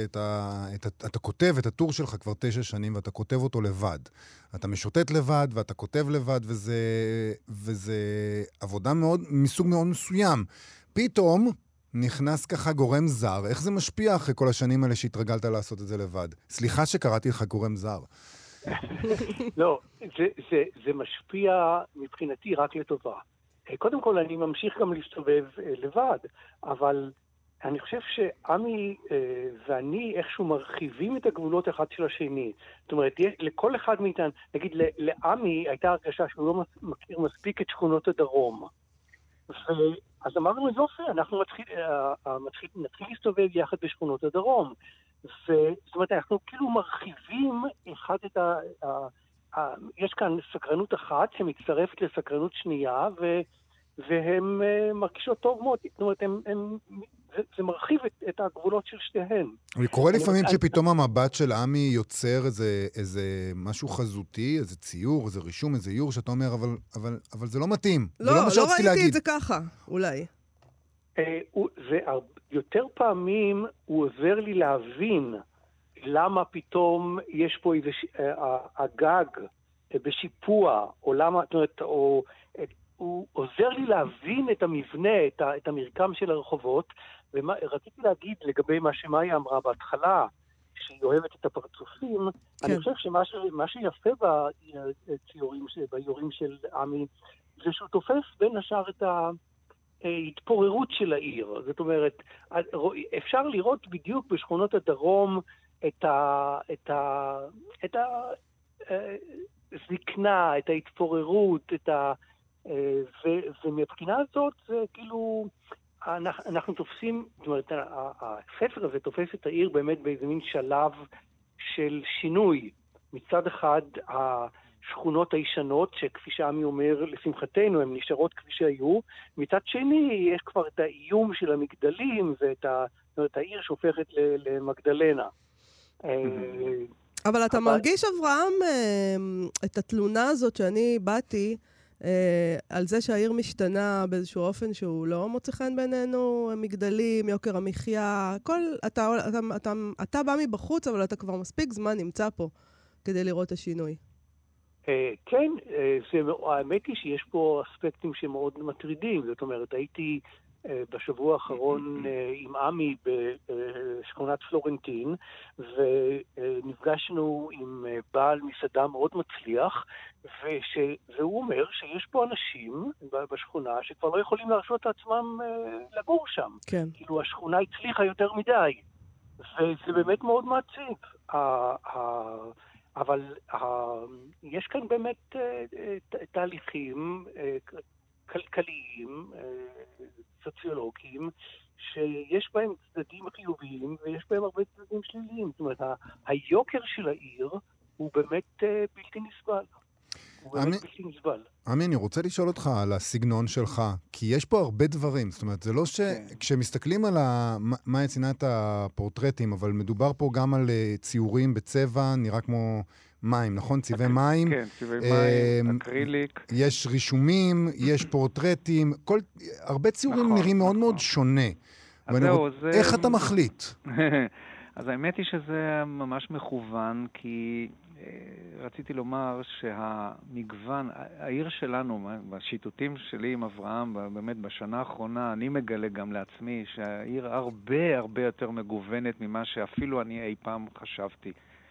[SPEAKER 4] אתה כותב את הטור שלך כבר תשע שנים, ואתה כותב אותו לבד. אתה משוטט לבד, ואתה כותב לבד, וזה עבודה מאוד, מסוג מאוד מסוים. פתאום נכנס ככה גורם זר. איך זה משפיע אחרי כל השנים האלה שהתרגלת לעשות את זה לבד? סליחה שקראתי לך גורם זר.
[SPEAKER 5] לא, זה, זה, זה משפיע מבחינתי רק לטובה. קודם כל, אני ממשיך גם להסתובב לבד, אבל אני חושב שעמי ואני איכשהו מרחיבים את הגבולות אחד של השני. זאת אומרת, לכל אחד מאיתנו, נגיד, לעמי הייתה הרגשה שהוא לא מכיר מספיק את שכונות הדרום. אז אמרנו, יופי, אנחנו מתחיל, מתחיל, נתחיל להסתובב יחד בשכונות הדרום. זאת אומרת, אנחנו כאילו מרחיבים אחד את ה... יש כאן סקרנות אחת שמצטרפת לסקרנות שנייה, ו... והן מרגישות טוב מאוד. זאת אומרת, הם, הם, זה, זה מרחיב את, את הגבולות של שתיהן.
[SPEAKER 4] אני קורא לפעמים שפתאום המבט של עמי יוצר איזה, איזה משהו חזותי, איזה ציור, איזה רישום, איזה איור, שאתה אומר, אבל, אבל, אבל זה לא מתאים.
[SPEAKER 3] לא,
[SPEAKER 4] זה לא,
[SPEAKER 3] לא ראיתי להגיד. את זה ככה, אולי.
[SPEAKER 5] זה יותר פעמים הוא עוזר לי להבין למה פתאום יש פה איזה הגג בשיפוע, או למה, זאת אומרת, או... הוא עוזר לי להבין את המבנה, את, ה, את המרקם של הרחובות, ורציתי להגיד לגבי מה שמאיה אמרה בהתחלה, שהיא אוהבת את הפרצופים, כן. אני חושב שמה ש, מה שיפה בציורים, ביורים של עמי, זה שהוא תופס בין השאר את, ה, התפוררות של העיר. זאת אומרת, אפשר לראות בדיוק בשכונות הדרום את ה... את ה... את ה... זקנה, את ההתפוררות, את ה... ו... ומבחינה הזאת זה כאילו... אנחנו, אנחנו תופסים, זאת אומרת, הספר הזה תופס את העיר באמת באיזה מין שלב של שינוי. מצד אחד, השכונות הישנות, שכפי שעמי אומר, לשמחתנו, הן נשארות כפי שהיו. מצד שני, יש כבר את האיום של המגדלים, ואת ה... זאת אומרת, העיר שהופכת למגדלנה.
[SPEAKER 3] אבל אתה מרגיש, אברהם, את התלונה הזאת שאני באתי, על זה שהעיר משתנה באיזשהו אופן שהוא לא מוצא חן בינינו, מגדלים, יוקר המחיה, כל, אתה, אתה, אתה, אתה בא מבחוץ, אבל אתה כבר מספיק זמן נמצא פה כדי לראות את השינוי.
[SPEAKER 5] כן, האמת היא שיש פה אספקטים שמאוד מטרידים, זאת אומרת, הייתי בשבוע האחרון עם עמי בשכונת פלורנטין, ונפגשנו עם בעל מסעדה מאוד מצליח, והוא אומר שיש פה אנשים בשכונה שכבר לא יכולים להרשות את עצמם לגור שם.
[SPEAKER 3] כן.
[SPEAKER 5] כאילו השכונה הצליחה יותר מדי, וזה באמת מאוד מעציב. אבל יש כאן באמת תהליכים כלכליים, סוציולוגיים, שיש בהם צדדים חיוביים ויש בהם הרבה צדדים שליליים. זאת אומרת, היוקר של העיר הוא באמת בלתי נסבל. הוא באמת בלתי נסבל.
[SPEAKER 4] עמי, אני רוצה לשאול אותך על הסגנון שלך, כי יש פה הרבה דברים. זאת אומרת, זה לא שכשמסתכלים על מה יצינה את הפורטרטים, אבל מדובר פה גם על ציורים בצבע, נראה כמו מים, נכון? צבעי מים.
[SPEAKER 6] כן, צבעי מים, אקריליק.
[SPEAKER 4] יש רישומים, יש פורטרטים, כל, הרבה ציורים נראים מאוד מאוד שונה. איך אתה מחליט?
[SPEAKER 6] אז האמת היא שזה ממש מכוון, כי רציתי לומר שהמגוון, העיר שלנו, בשיטוטים שלי עם אברהם, באמת בשנה האחרונה, אני מגלה גם לעצמי שהעיר הרבה הרבה יותר מגוונת ממה שאפילו אני אי פעם חשבתי.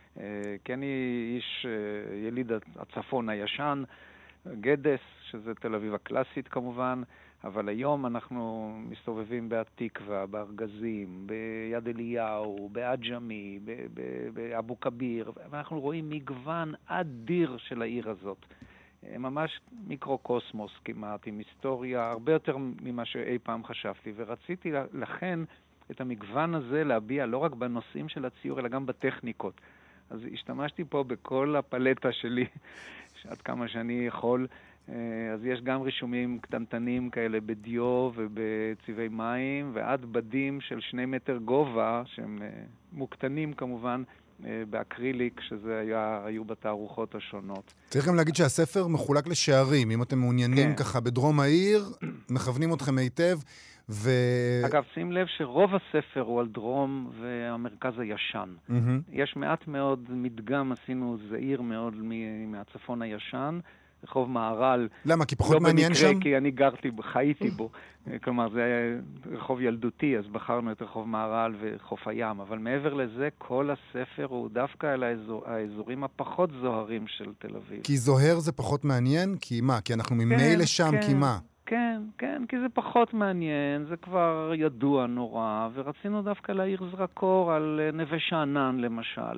[SPEAKER 6] כי אני איש יליד הצפון הישן, גדס, שזה תל אביב הקלאסית כמובן, אבל היום אנחנו מסתובבים בעתיקווה, בארגזים, ביד אליהו, בעג'מי, באבו כביר, ואנחנו רואים מגוון אדיר של העיר הזאת. ממש מיקרוקוסמוס כמעט, עם היסטוריה הרבה יותר ממה שאי פעם חשבתי, ורציתי לכן את המגוון הזה להביע לא רק בנושאים של הציור, אלא גם בטכניקות. אז השתמשתי פה בכל הפלטה שלי, עד כמה שאני יכול. אז יש גם רישומים קטנטנים כאלה בדיו ובצבעי מים, ועד בדים של שני מטר גובה, שהם מוקטנים כמובן, באקריליק, שזה היה, היו בתערוכות השונות.
[SPEAKER 4] צריך גם להגיד שהספר מחולק לשערים. אם אתם מעוניינים כן. ככה בדרום העיר, מכוונים אתכם היטב. ו...
[SPEAKER 6] אגב, שים לב שרוב הספר הוא על דרום והמרכז הישן. Mm-hmm. יש מעט מאוד מדגם, עשינו זעיר מאוד מהצפון הישן, רחוב מערל.
[SPEAKER 4] למה? כי פחות
[SPEAKER 6] לא
[SPEAKER 4] מעניין
[SPEAKER 6] במקרה,
[SPEAKER 4] שם?
[SPEAKER 6] כי אני גרתי, חייתי בו. כלומר, זה היה רחוב ילדותי, אז בחרנו את רחוב מערל וחוף הים. אבל מעבר לזה, כל הספר הוא דווקא על האזור, האזורים הפחות זוהרים של תל אביב.
[SPEAKER 4] כי זוהר זה פחות מעניין? כי מה? כי אנחנו ממילא
[SPEAKER 6] כן,
[SPEAKER 4] שם,
[SPEAKER 6] כן.
[SPEAKER 4] כי מה?
[SPEAKER 6] כן, כן, כי זה פחות מעניין, זה כבר ידוע נורא, ורצינו דווקא להעיר זרקור על נווה שאנן למשל,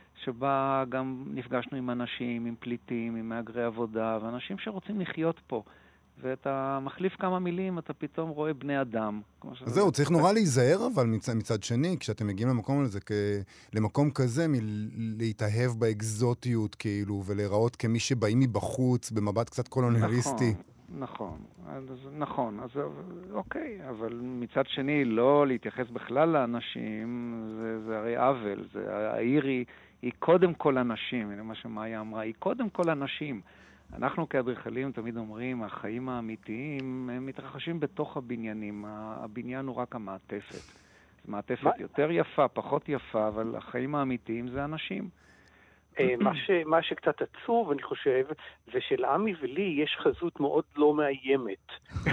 [SPEAKER 6] שבה גם נפגשנו עם אנשים, עם פליטים, עם מהגרי עבודה, ואנשים שרוצים לחיות פה. ואתה מחליף כמה מילים, אתה פתאום רואה בני אדם.
[SPEAKER 4] אז זהו, צריך נורא להיזהר, אבל מצד, מצד שני, כשאתם מגיעים למקום הזה, כ... למקום כזה, להתאהב באקזוטיות, כאילו, ולהיראות כמי שבאים מבחוץ, במבט קצת קולוניאליסטי.
[SPEAKER 6] נכון. נכון, אז, נכון, אז אוקיי, אבל מצד שני לא להתייחס בכלל לאנשים, זה, זה הרי עוול, זה, העיר היא, היא קודם כל אנשים, הנה מה שמאיה אמרה, היא קודם כל אנשים. אנחנו כאדריכלים תמיד אומרים, החיים האמיתיים הם מתרחשים בתוך הבניינים, הבניין הוא רק המעטפת. מעטפת יותר יפה, פחות יפה, אבל החיים האמיתיים זה אנשים.
[SPEAKER 5] מה, ש, מה שקצת עצוב, אני חושב, זה שלעמי ולי יש חזות מאוד לא מאיימת.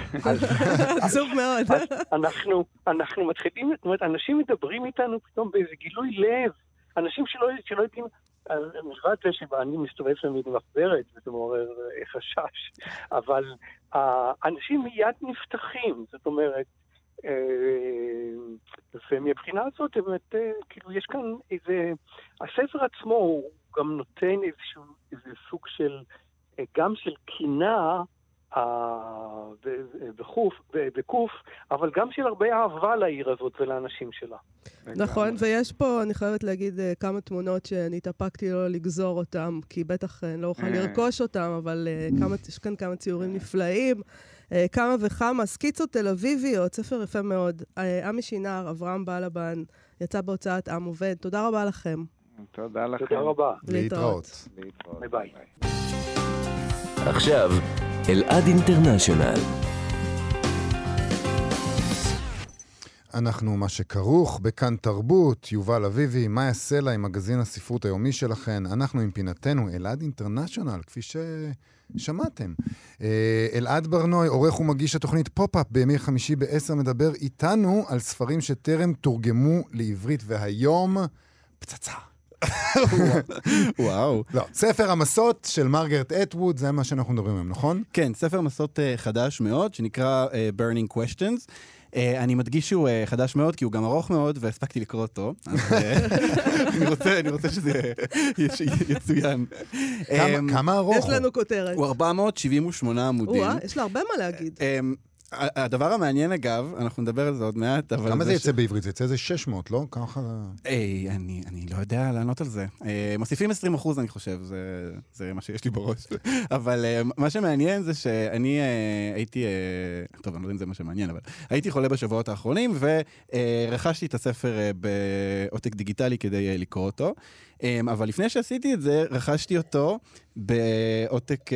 [SPEAKER 3] עצוב מאוד.
[SPEAKER 5] אנחנו, אנחנו מתחילים, זאת אומרת, אנשים מדברים איתנו פתאום באיזה גילוי לב, אנשים שלא, שלא יודעים מלבד זה שאני מסתובב שם עם מחברת, וזה מעורר חשש, אבל האנשים מיד נפתחים, זאת אומרת, ומבחינה הזאת, באמת, כאילו, יש כאן איזה, הספר עצמו הוא גם נותן איזשהו, איזה סוג של, גם של קינה, בחוף, בקוף, אבל גם של הרבה אהבה לעיר הזאת ולאנשים שלה.
[SPEAKER 3] נכון, ויש פה, אני חייבת להגיד, כמה תמונות שאני התאפקתי לא לגזור אותם, כי בטח אני לא אוכל לרכוש אותם, אבל יש כאן כמה ציורים נפלאים, כמה וכמה, סקיצות תל אביביות, ספר יפה מאוד. עמי שינר, אברהם בלבן, יצא בהוצאת עם עובד. תודה רבה לכם.
[SPEAKER 6] תודה לכם.
[SPEAKER 5] תודה רבה.
[SPEAKER 3] להתראות.
[SPEAKER 5] ביי ביי.
[SPEAKER 7] עכשיו, אלעד אינטרנשיונל.
[SPEAKER 4] אנחנו מה שכרוך בכאן תרבות, יובל אביבי, מאיה סלע עם מגזין הספרות היומי שלכן. אנחנו עם פינתנו אלעד אינטרנשיונל, כפי ששמעתם. אלעד ברנוי, עורך ומגיש התוכנית פופ-אפ בימי חמישי בעשר, מדבר איתנו על ספרים שטרם תורגמו לעברית, והיום פצצה.
[SPEAKER 8] וואו.
[SPEAKER 4] לא, ספר המסות של מרגרט אטווד, זה מה שאנחנו מדברים היום, נכון?
[SPEAKER 8] כן, ספר מסות חדש מאוד, שנקרא Burning Questions. אני מדגיש שהוא חדש מאוד, כי הוא גם ארוך מאוד, והספקתי לקרוא אותו. אני רוצה שזה יצוין.
[SPEAKER 4] כמה ארוך?
[SPEAKER 3] יש לנו כותרת.
[SPEAKER 8] הוא ארבע מאות שבעים ושמונה עמודים.
[SPEAKER 3] יש לה הרבה מה להגיד.
[SPEAKER 8] הדבר המעניין אגב, אנחנו נדבר על זה עוד מעט, אבל...
[SPEAKER 4] כמה זה יצא בעברית? זה יצא איזה שש מאות, לא? ככה...
[SPEAKER 8] איי, אני, אני לא יודע לענות על זה. מוסיפים עשרים אחוז, אני חושב, זה, זה מה שיש לי בראש. אבל מה שמעניין זה שאני הייתי... טוב, אני לא יודע אם זה מה שמעניין, אבל הייתי חולה בשבועות האחרונים, ורכשתי את הספר בעותק דיגיטלי כדי לקרוא אותו. אבל לפני שעשיתי את זה, רכשתי אותו בעותק,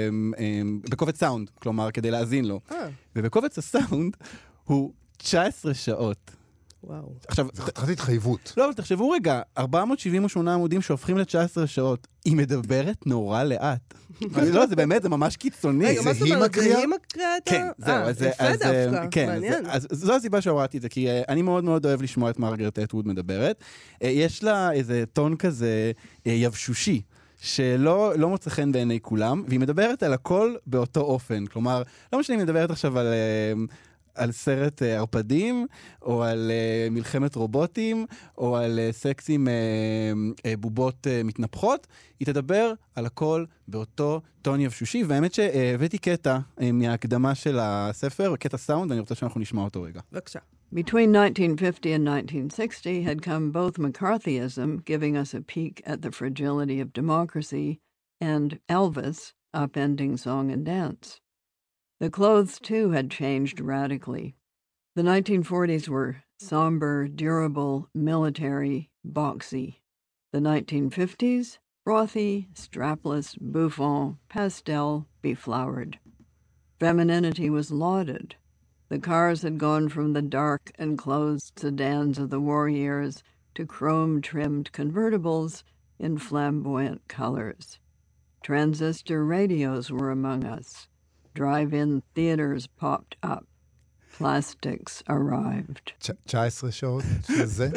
[SPEAKER 8] בקובץ סאונד, כלומר, כדי להאזין לו. ובקובץ הסאונד הוא תשע עשרה שעות.
[SPEAKER 3] וואו.
[SPEAKER 4] עכשיו, זה חתכת התחייבות.
[SPEAKER 8] לא, אבל תחשבו רגע, ארבע מאות שבעים ושמונה עמודים שהופכים ל-תשע עשרה שעות, היא מדברת נורא לאט. לא, זה באמת, זה ממש קיצוני.
[SPEAKER 3] רגע, מה זאת אומרת? זה היא מקריאה את ה...
[SPEAKER 8] כן, זהו.
[SPEAKER 3] יפה דווקא, מעניין.
[SPEAKER 8] אז זו הסיבה שהורדתי את זה, כי אני מאוד מאוד אוהב לשמוע את מרגרט אטווד מדברת. יש לה איזה טון כזה יבשושי, שלא לא מוצא חן בעיני כולם, והיא מדברת על הכל באותו אופן. כלומר, לא משנה אם מדברת עכשיו על... על סרט ערפדים, או על uh, מלחמת רובוטים, או על uh, סקס עם uh, uh, בובות uh, מתנפחות, היא תדבר על הכל באותו טון יבשושי, והאמת שהבאתי קטע uh, מההקדמה של הספר, קטע סאונד, ואני רוצה שאנחנו נשמע אותו רגע.
[SPEAKER 3] בבקשה.
[SPEAKER 9] Between nineteen fifty and nineteen sixty had come both McCarthyism, giving us a peek at the fragility of democracy, and Elvis, upending song and dance. The clothes, too, had changed radically. The nineteen forties were somber, durable, military, boxy. The nineteen fifties, frothy, strapless, bouffant, pastel, beflowered. Femininity was lauded. The cars had gone from the dark, enclosed sedans of the war years to chrome-trimmed convertibles in flamboyant colors. Transistor radios were among us. Drive-in theaters popped up. Plastics arrived.
[SPEAKER 4] תשע עשרה שעות שזה?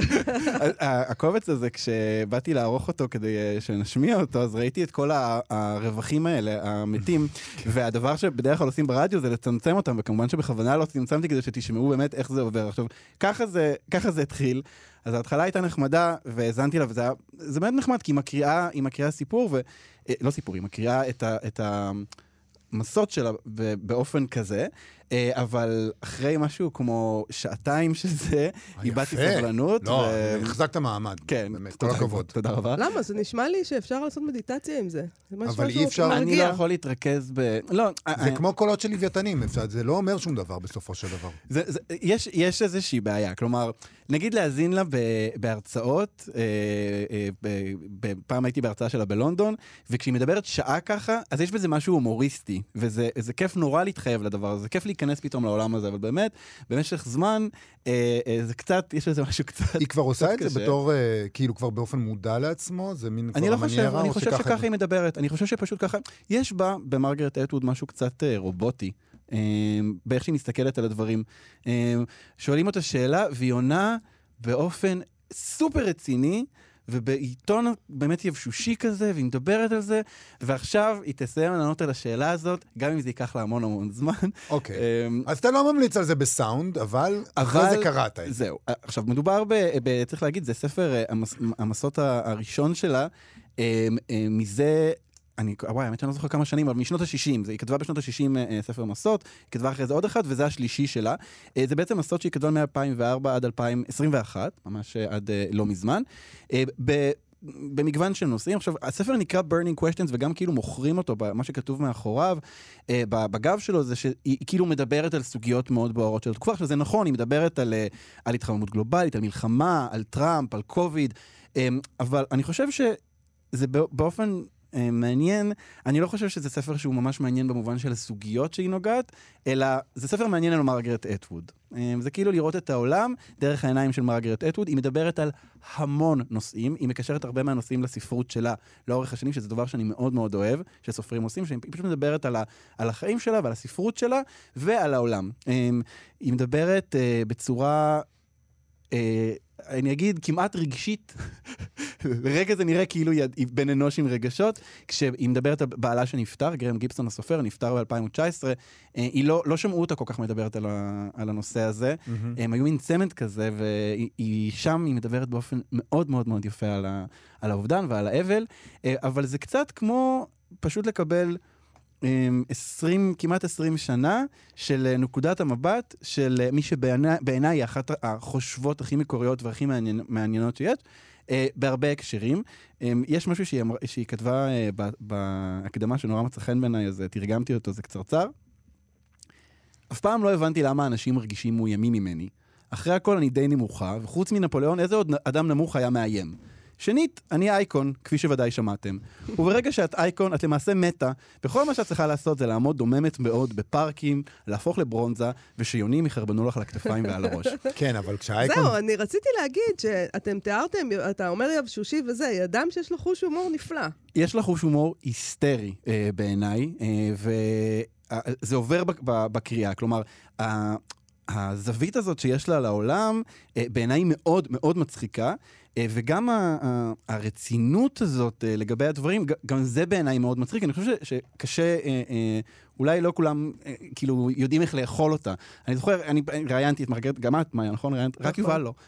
[SPEAKER 8] הקובץ הזה, כשבאתי לערוך אותו כדי שנשמיע אותו, אז ראיתי את כל הרווחים האלה, המתים, והדבר שבדרך כלל עושים ברדיו זה לצמצם אותם, וכמובן שבכוונה לא צמצמתי כדי שתשמעו באמת איך זה עובר. עכשיו, ככה זה, ככה זה התחיל. אז ההתחלה הייתה נחמדה, והזנתי לה, וזה היה, זה באמת נחמד, כי היא מקריאה, היא מקריאה סיפור, ו... לא סיפור, היא מקריאה את ה... את ה מסות שלה באופן כזה, אבל אחרי משהו כמו שעתיים שזה, איבדתי סבלנות.
[SPEAKER 4] לא, החזקת מעמד.
[SPEAKER 8] כן,
[SPEAKER 4] כל הכבוד.
[SPEAKER 8] תודה רבה.
[SPEAKER 3] למה? זה נשמע לי שאפשר לעשות מדיטציה עם זה.
[SPEAKER 4] אבל אי אפשר...
[SPEAKER 8] אני לא יכול להתרכז ב... לא.
[SPEAKER 4] זה כמו קולות של לוויתנים, זה לא אומר שום דבר בסופו של דבר.
[SPEAKER 8] יש איזושהי בעיה, כלומר, נגיד להזין לה בהרצאות, פעם הייתי בהרצאה שלה בלונדון, וכשהיא מדברת שעה ככה, אז יש בזה משהו הומוריסטי, וזה כיף נורא להתחייב לדבר הזה, זה כיף להיכנס פתאום לעולם הזה, אבל באמת, במשך זמן, זה קצת, יש לזה משהו קצת...
[SPEAKER 4] היא כבר עושה את זה בתור, כאילו כבר באופן מודע לעצמו, זה מין כבר המניירה,
[SPEAKER 8] אני חושב שככה היא מדברת, אני חושב שפשוט ככה, יש בה במרגרט אטווד משהו קצת רובוטי, באיך שהיא מסתכלת על הדברים. שואלים אותה שאלה, והיא עונה באופן סופר רציני, ובעיתון באמת יבשושי כזה, והיא מדברת על זה, ועכשיו היא תסיים לענות על השאלה הזאת, גם אם זה ייקח לה המון המון זמן.
[SPEAKER 4] אוקיי. אז אתה לא ממליץ על זה בסאונד, אבל אחרי זה קראת את זה.
[SPEAKER 8] זהו. עכשיו, מדובר ב... צריך להגיד, זה ספר המסות הראשון שלה, מזה... אני, וואי, האמת שאני לא זוכר כמה שנים, אבל משנות ה-שישים, היא כתבה בשנות ה-שישים ספר מסות, היא כתבה אחרי זה עוד אחד, וזה השלישי שלה. זה בעצם מסות שהיא כתבה מ-אלפיים וארבע עד אלפיים עשרים ואחת, ממש עד לא מזמן. במגוון של נושאים. עכשיו, הספר נקרא Burning Questions, וגם כאילו מוכרים אותו, מה שכתוב מאחוריו, בגב שלו, זה שהיא כאילו מדברת על סוגיות מאוד בוערות של התקופה. עכשיו, זה נכון, היא מדברת על, על התחממות גלובלית, על מלחמה, על טראמפ, על קוביד, אבל אני חושב שזה באופן מעניין, אני לא חושב שזה ספר שהוא ממש מעניין במובן של הסוגיות שהיא נוגעת, אלא זה ספר מעניין על מרגרט אטווד. זה כאילו לראות את העולם דרך העיניים של מרגרט אטווד. היא מדברת על המון נושאים, היא מקשרת הרבה מהנושאים לספרות שלה לאורך השנים, שזה דבר שאני מאוד מאוד אוהב, שסופרים עושים, שהיא פשוט מדברת על, ה, על החיים שלה ועל הספרות שלה ועל העולם. היא מדברת בצורה... אני אגיד, כמעט רגשית, לרגע זה נראה כאילו היא בן אנוש עם רגשות, כשהיא מדברת על בעלה שנפטר, גרם גיבסון הסופר, נפטר ב-אלפיים תשע עשרה, היא לא, לא שמעו אותה כל כך מדברת על, ה, על הנושא הזה, mm-hmm. הם היו מין צמד כזה, והיא שם, היא מדברת באופן מאוד מאוד מאוד יפה על, ה, על האובדן ועל האבל, אבל זה קצת כמו פשוט לקבל... עשרים, כמעט עשרים שנה של נקודת המבט של מי שבעיניי היא אחת החושבות הכי מקוריות והכי מעניין, מעניינות שיש, בהרבה הקשרים. יש משהו שהיא, שהיא כתבה בהקדמה שנורא מצא חן בעיניי, אז תרגמתי אותו, זה קצרצר. אף פעם לא הבנתי למה אנשים מרגישים מאוימים ממני. אחרי הכל אני די נמוכה, וחוץ מנפוליאון, איזה עוד אדם נמוך היה מאיים? שנית, אני אייקון, כפי שוודאי שמעתם. וברגע שאת אייקון, את למעשה מתה, וכל מה שאת צריכה לעשות זה לעמוד דוממת מאוד בפארקים, להפוך לברונזה, ושיונים יחרבנו לך על הכתפיים ועל הראש.
[SPEAKER 4] כן, אבל כשהאייקון...
[SPEAKER 3] זהו, אני רציתי להגיד שאתם תיארתם, אתה אומר יבשושי וזה, ידם שיש לו חוש הומור נפלא.
[SPEAKER 8] יש לו חוש הומור היסטרי אה, בעיניי, אה, וזה עובר בקריאה, כלומר, ה... הזווית הזאת שיש לה לעולם, בעיניי מאוד מאוד מצחיקה, וגם הרצינות הזאת לגבי הדברים, גם זה בעיניי מאוד מצחיק. אני חושב שקשה, אולי לא כולם כאילו יודעים איך לאכול אותה. אני זוכר, אני ראיינתי את מרגרט, גם את, מאיה, נכון? רק יובל לא.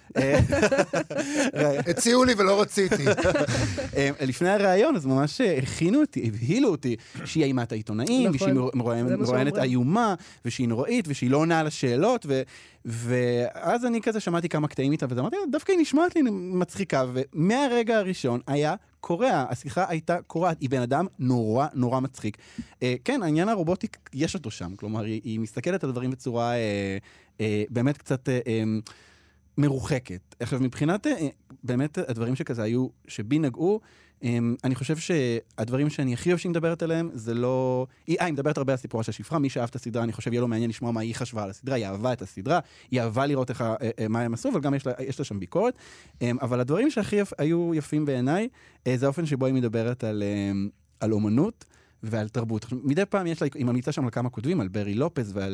[SPEAKER 4] הציעו לי ולא רציתי.
[SPEAKER 8] לפני הראיון, אז ממש הכינו אותי, הבהילו אותי, שהיא אימת העיתונאים, ושהיא מרואיינת איומה, ושהיא נוראית, ושהיא לא עונה על השאלות, ואז אני כזה שמעתי כמה קטעים איתה, וזה אמרתי, דווקא היא נשמעת לי מצחיקה, ומהרגע הראשון היה קורע, השיחה הייתה קורעת, היא בן אדם נורא נורא מצחיק. כן, העניין הרובוטי יש אותו שם, כלומר, היא מסתכלת על הדברים בצורה באמת קצת מרוחקת. עכשיו, מבחינת באמת הדברים שכזה היו, שבי נגעו, אני חושב שהדברים שאני הכי אוהב שהיא מדברת עליהם, זה לא... היא, היא מדברת הרבה על סיפורה של שפרה, מי שאהב את הסדרה, אני חושב, יהיה לו מעניין לשמוע מה היא חשבה על הסדרה, היא אהבה את הסדרה, היא אהבה לראות איך, מה הם עשו, אבל גם יש לה, יש לה שם ביקורת. אבל הדברים שהכי יפ, היו יפים בעיניי, זה האופן שבו היא מדברת על, על אומנות ועל תרבות. מדי פעם יש לה, היא ממליצה שם על כמה כותבים, על ברי לופס ועל...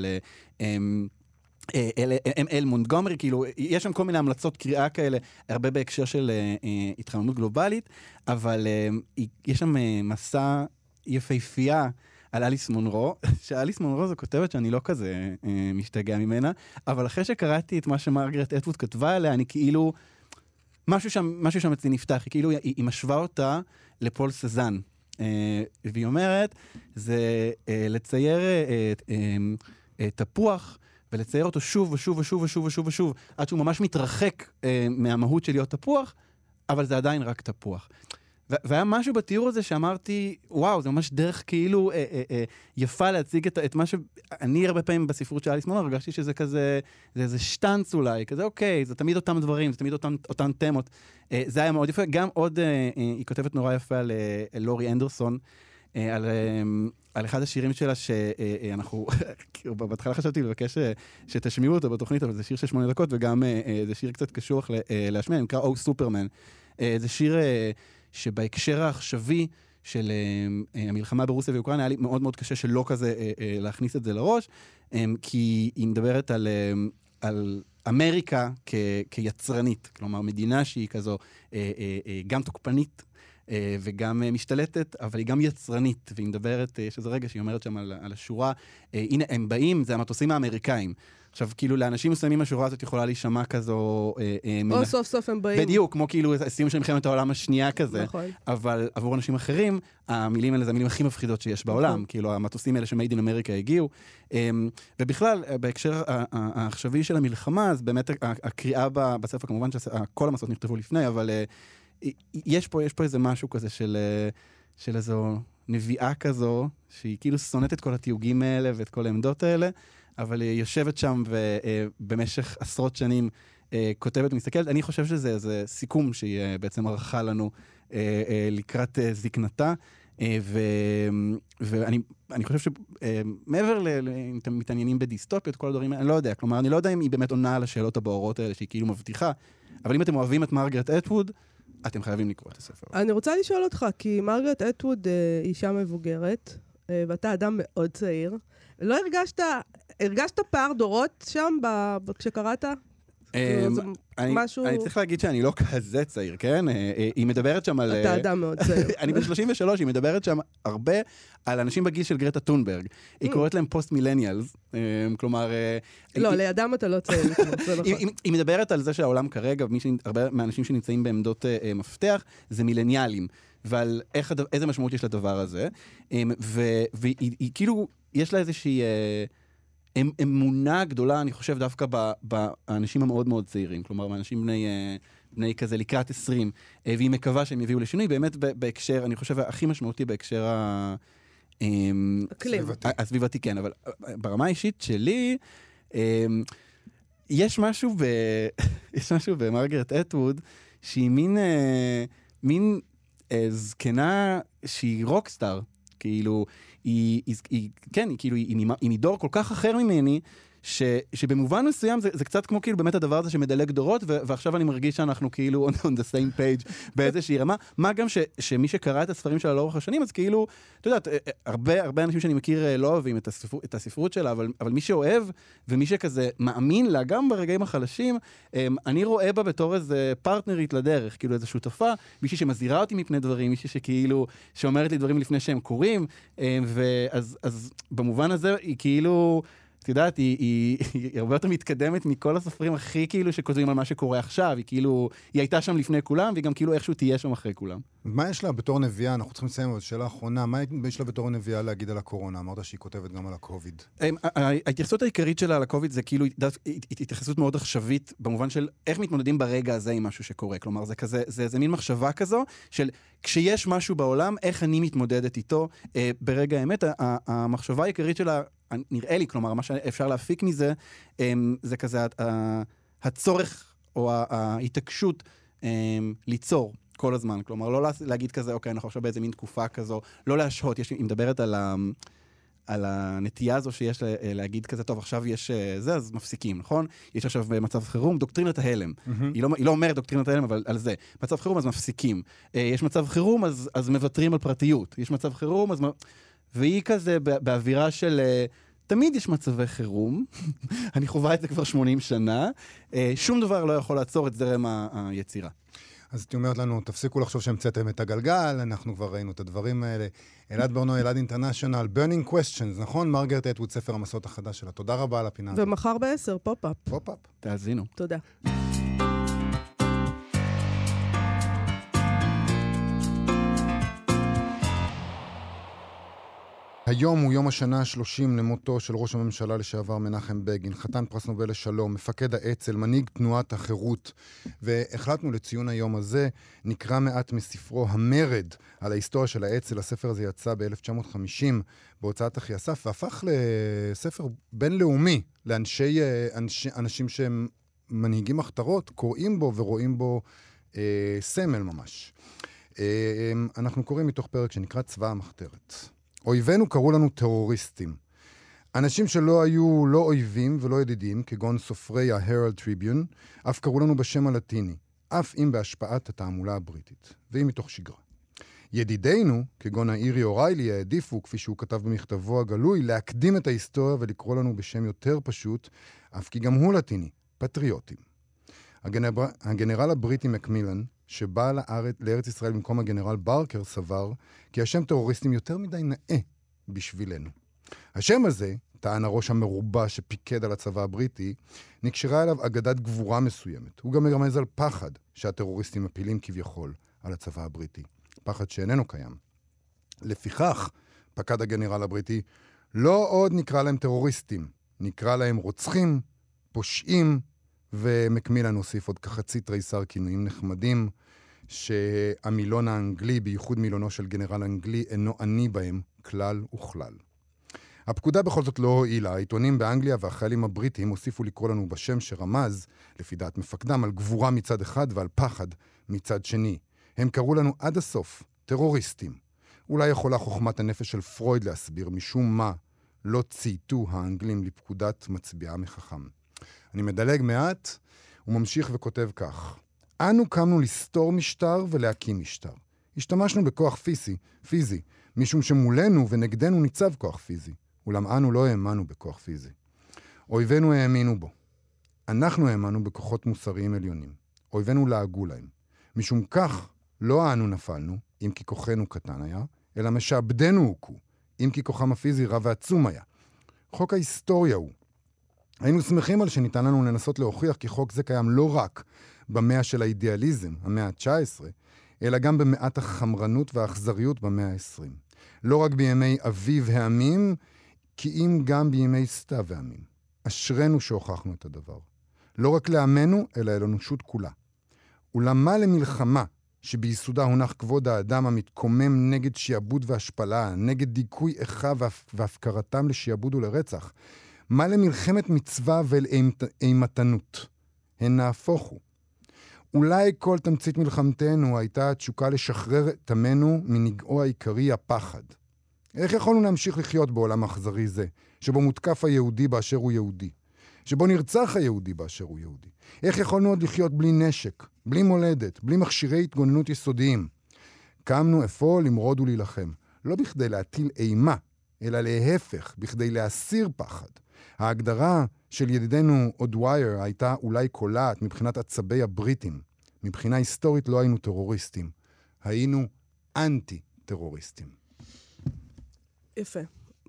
[SPEAKER 8] אל, אל, אל מונטגומרי, כאילו, יש שם כל מיני המלצות קריאה כאלה, הרבה בהקשר של אה, התחממות גלובלית, אבל אה, יש שם אה, מסע יפהפייה על אליס מונרו, שאליס מונרו זו כותבת שאני לא כזה אה, משתגע ממנה, אבל אחרי שקראתי את מה שמרגרט אטווד כתבה עליה, אני כאילו, משהו שם, משהו שם אצלי נפתח, היא כאילו, היא, היא משווה אותה לפול סזן, אה, והיא אומרת, זה אה, לצייר אה, אה, אה, תפוח, ולצייר אותו שוב ושוב ושוב ושוב ושוב ושוב, עד שהוא ממש מתרחק אה, מהמהות של להיות תפוח, אבל זה עדיין רק תפוח. ו- והיה משהו בתיאור הזה שאמרתי, וואו, זה ממש דרך כאילו אה, אה, אה, יפה להציג את, את מה שאני הרבה פעמים בספרות של אליס מונרו, הרגשתי שזה כזה, זה איזה שטנץ אולי, כזה אוקיי, זה תמיד אותם דברים, זה תמיד אותם, אותם תמות. אה, זה היה מאוד יפה. גם עוד, אה, אה, היא כותבת נורא יפה על אה, לורי אנדרסון, אה, על... אה, על אחד השירים שלה שאנחנו, בהתחלה חשבתי לבקש שתשמיעו אותו בתוכנית, אבל זה שיר של שמונה דקות, וגם זה שיר קצת קשוח להשמיע, נקרא "Oh Superman". זה שיר שבהקשר העכשווי של המלחמה ברוסיה ואוקראינה, היה לי מאוד מאוד קשה שלא כזה להכניס את זה לראש, כי היא מדברת על... על אמריקה כ, כיצרנית, כלומר, מדינה שהיא כזו אה, אה, אה, גם תוקפנית, וגם משתלטת, אבל היא גם יצרנית, והיא מדברת, יש איזה רגע שהיא אומרת שם על, על השורה, הנה, הם באים, זה המטוסים האמריקאים. עכשיו, כאילו, לאנשים מסוימים השורה הזאת יכולה להישמע כזו...
[SPEAKER 3] או סוף סוף הם באים.
[SPEAKER 8] בדיוק, כמו כאילו, סיום של מלחמת העולם השנייה כזה.
[SPEAKER 3] נכון.
[SPEAKER 8] אבל עבור אנשים אחרים, המילים האלה זה המילים הכי מפחידות שיש בעולם. כאילו, המטוסים האלה שמייד אין אמריקה הגיעו. ובכלל, בהקשר העכשווי של המלחמה, אז באמת הקריאה בספר, כמובן שכל המסעות נכתבו לפני, אבל... יש פה, יש פה איזה משהו כזה של, של איזו נביאה כזו, שהיא כאילו שונאת את כל התיוגים האלה ואת כל העמדות האלה, אבל היא יושבת שם ובמשך עשרות שנים כותבת ומסתכלת. אני חושב שזה איזה סיכום שהיא בעצם ערכה לנו לקראת זקנתה, ואני אני חושב שמעבר ל... אם אתם מתעניינים בדיסטופיות, כל הדברים, אני לא יודע. כלומר, אני לא יודע אם היא באמת עונה על השאלות הבאות האלה שהיא כאילו מבטיחה, אבל אם אתם אוהבים את מרגרט אטווד, אתם חייבים לקרוא את הספר.
[SPEAKER 3] אני רוצה לשאול אותך, כי מרגרט אטווד אה, אישה מבוגרת, אה, ואתה אדם מאוד צעיר. לא הרגשת, הרגשת פער דורות שם ב, ב, כשקראת?
[SPEAKER 8] אני, משהו... אני צריך להגיד שאני לא כזה צעיר, כן? היא מדברת שם על...
[SPEAKER 3] אתה אדם מאוד צעיר.
[SPEAKER 8] אני בן שלושים ושלוש, היא מדברת שם הרבה על אנשים בגיל של גרטה טונברג. היא קוראת להם פוסט-מילניאלס, כלומר...
[SPEAKER 3] לא, לידם אתה לא צעיר.
[SPEAKER 8] היא מדברת על זה שהעולם כרגע, הרבה מהאנשים שנמצאים בעמדות מפתח, זה מילניאלים, ועל איזה משמעות יש לדבר הזה. והיא כאילו, יש לה איזושהי... אמונה גדולה, אני חושב, דווקא באנשים המאוד מאוד צעירים, כלומר, באנשים בני, בני כזה לקראת עשרים, והיא מקווה שהם יביאו לשינוי, באמת בהקשר, אני חושב, הכי משמעותי בהקשר ה... הסביבתי, כן, אבל ברמה האישית שלי, יש משהו ב... יש משהו במרגרט אטווד, שהיא מין, מין זקנה שהיא רוקסטאר, כאילו, היא, היא, היא, כן, היא, כאילו, היא, היא מדור כל כך אחר ממני, ש, שבמובן מסוים זה, זה קצת כמו כאילו באמת הדבר הזה שמדלג דורות, ו, ועכשיו אני מרגיש שאנחנו כאילו on, on the same page באיזושהי רמה. מה גם ש, שמי שקרא את הספרים שלה לאורך השנים, אז כאילו, אתה יודעת, הרבה, הרבה אנשים שאני מכיר לא אוהבים את הספרות, את הספרות שלה, אבל, אבל מי שאוהב, ומי שכזה מאמין לה, גם ברגעים החלשים, אני רואה בה בתור איזה פרטנרית לדרך, כאילו איזו שותפה, מישהי שמזהירה אותי מפני דברים, מישהי שכאילו, שאומרת לי דברים לפני שהם קורים, ואז, אז במובן הזה היא כאילו, את יודעת, היא, היא, היא הרבה יותר מתקדמת מכל הסופרים הכי כאילו שכותבים על מה שקורה עכשיו, היא כאילו, היא הייתה שם לפני כולם, והיא גם כאילו איכשהו תהיה שם אחרי כולם.
[SPEAKER 4] מה יש לה בתור נביאה? אנחנו צריכים לסיים עוד שאלה האחרונה, מה יש לה בתור נביאה להגיד על הקורונה? אמרת שהיא כותבת גם על הקוביד.
[SPEAKER 8] ההתייחסות העיקרית שלה על הקוביד זה כאילו התייחסות מאוד עכשווית, במובן של איך מתמודדים ברגע הזה עם משהו שקורה. כלומר, זה כזה, זה, זה מין מחשבה כזו של כשיש משהו בעולם, איך אני מתמודדת איתו ברגע האמת. המחשבה העיקרית שלה נראה לי, כלומר, מה שאפשר להפיק מזה, זה כזה הצורך או ההתעקשות ליצור כל הזמן. כלומר, לא להגיד כזה, אוקיי, אנחנו עכשיו באיזה מין תקופה כזו, לא להשהות. היא מדברת על ה... על הנטייה הזו שיש להגיד כזה, טוב, עכשיו יש זה, אז מפסיקים, נכון? יש עכשיו מצב חירום, דוקטרינת ההלם. Mm-hmm. היא, לא, היא לא אומרת דוקטרינת ההלם, אבל על זה. מצב חירום, אז מפסיקים. יש מצב חירום, אז, אז מוותרים על פרטיות. יש מצב חירום, אז... והיא כזה באווירה של... תמיד יש מצבי חירום, אני חווה את זה כבר שמונים שנה, שום דבר לא יכול לעצור את זרם היצירה.
[SPEAKER 4] אז את אומרת לנו, תפסיקו לחשוב שהמצאתם את הגלגל, אנחנו כבר ראינו את הדברים האלה. אלעד ברנועי, אלעד אינטרנשיונל, Burning Questions, נכון? מרגרט אטווד, ספר המסעות החדש שלה. תודה רבה על הפינה.
[SPEAKER 3] ומחר בעשר, פופ-אפ.
[SPEAKER 4] פופ-אפ.
[SPEAKER 8] תאזינו.
[SPEAKER 3] תודה.
[SPEAKER 4] היום הוא יום השנה ה-שלושים למותו של ראש הממשלה לשעבר מנחם בגין, חתן פרס נובל לשלום, מפקד האצ"ל, מנהיג תנועת החירות, והחלטנו לציון היום הזה, נקרא מעט מספרו המרד על ההיסטוריה של האצ"ל. הספר הזה יצא ב-אלף תשע מאות וחמישים בהוצאת אחיאסף, והפך לספר בינלאומי, לאנשי אנשי, אנשים שהם מנהיגים מחתרות, קוראים בו ורואים בו אה, סמל ממש. אה, אנחנו קוראים מתוך פרק שנקרא צבא המחתרת. אויבינו קראו לנו טרוריסטים. אנשים שלא היו לא אויבים ולא ידידים, כגון סופרי ההרלד טריביון, אף קראו לנו בשם הלטיני, אף אם בהשפעת התעמולה הבריטית, ואם מתוך שגרה. ידידינו, כגון האירי אוריילי, העדיפו, כפי שהוא כתב במכתבו הגלוי, להקדים את ההיסטוריה ולקרוא לנו בשם יותר פשוט, אף כי גם הוא לטיני, פטריוטים. הגנר... הגנרל הבריטי מקמילן, שבא לארץ, לארץ ישראל במקום הגנרל ברקר, סבר כי השם טרוריסטים יותר מדי נאה בשבילנו. השם הזה, טען הראש המרובע שפיקד על הצבא הבריטי, נקשרה אליו אגדת גבורה מסוימת. הוא גם מרמז על פחד שהטרוריסטים מפילים כביכול על הצבא הבריטי. פחד שאיננו קיים. לפיכך, פקד הגנרל הבריטי, לא עוד נקרא להם טרוריסטים, נקרא להם רוצחים, פושעים, ומקמילן הוסיף עוד כחצי תריסר כינויים נחמדים, שהמילון האנגלי, בייחוד מילונו של גנרל אנגלי, אינו עני בהם כלל וכלל. הפקודה בכל זאת לא הועילה. העיתונים באנגליה והחיילים הבריטים הוסיפו לקרוא לנו בשם שרמז, לפי דעת מפקדם, על גבורה מצד אחד ועל פחד מצד שני. הם קראו לנו עד הסוף טרוריסטים. אולי יכולה חוכמת הנפש של פרויד להסביר משום מה לא צייתו האנגלים לפקודת מצביעה מחכם. אני מדלג מעט וממשיך וכותב כך. אנו קמנו לסתור משטר ולהקים משטר. השתמשנו בכוח פיזי, פיזי, משום שמולנו ונגדנו ניצב כוח פיזי. אולם אנו לא האמנו בכוח פיזי. אויבינו האמינו בו. אנחנו האמנו בכוחות מוסריים עליונים. אויבינו לעגו להם. משום כך לא אנו נפלנו, אם כי כוחנו קטן היה, אלא משעבדנו הוכו, אם כי כוחם הפיזי רב ועצום היה. חוק ההיסטוריה הוא. היינו שמחים על שניתן לנו לנסות להוכיח כי חוק זה קיים לא רק במאה של האידיאליזם, המאה ה-תשע עשרה, אלא גם במאת החמרנות והאכזריות במאה ה-עשרים. לא רק בימי אביב העמים, כי אם גם בימי סתיו העמים. אשרנו שהוכחנו את הדבר. לא רק לעמנו, אלא אל האנושות כולה. אולם מה למלחמה שביסודה הונח כבוד האדם המתקומם נגד שיעבוד והשפלה, נגד דיכוי איכה והפקרתם לשיעבוד ולרצח? מה למלחמת מצווה ולאימתנות? הן נהפוכו. אולי כל תמצית מלחמתנו הייתה התשוקה לשחרר את עמנו מנגעו העיקרי הפחד. איך יכולנו להמשיך לחיות בעולם אכזרי זה, שבו מותקף היהודי באשר הוא יהודי? שבו נרצח היהודי באשר הוא יהודי? איך יכולנו עוד לחיות בלי נשק, בלי מולדת, בלי מכשירי התגוננות יסודיים? קמנו אפוא למרוד ולהילחם, לא בכדי להטיל אימה, אלא להפך, בכדי להסיר פחד. ההגדרה של ידידנו אודווייר הייתה אולי קולעת מבחינת עצבי הבריטים. מבחינה היסטורית לא היינו טרוריסטים, היינו אנטי-טרוריסטים.
[SPEAKER 3] יפה.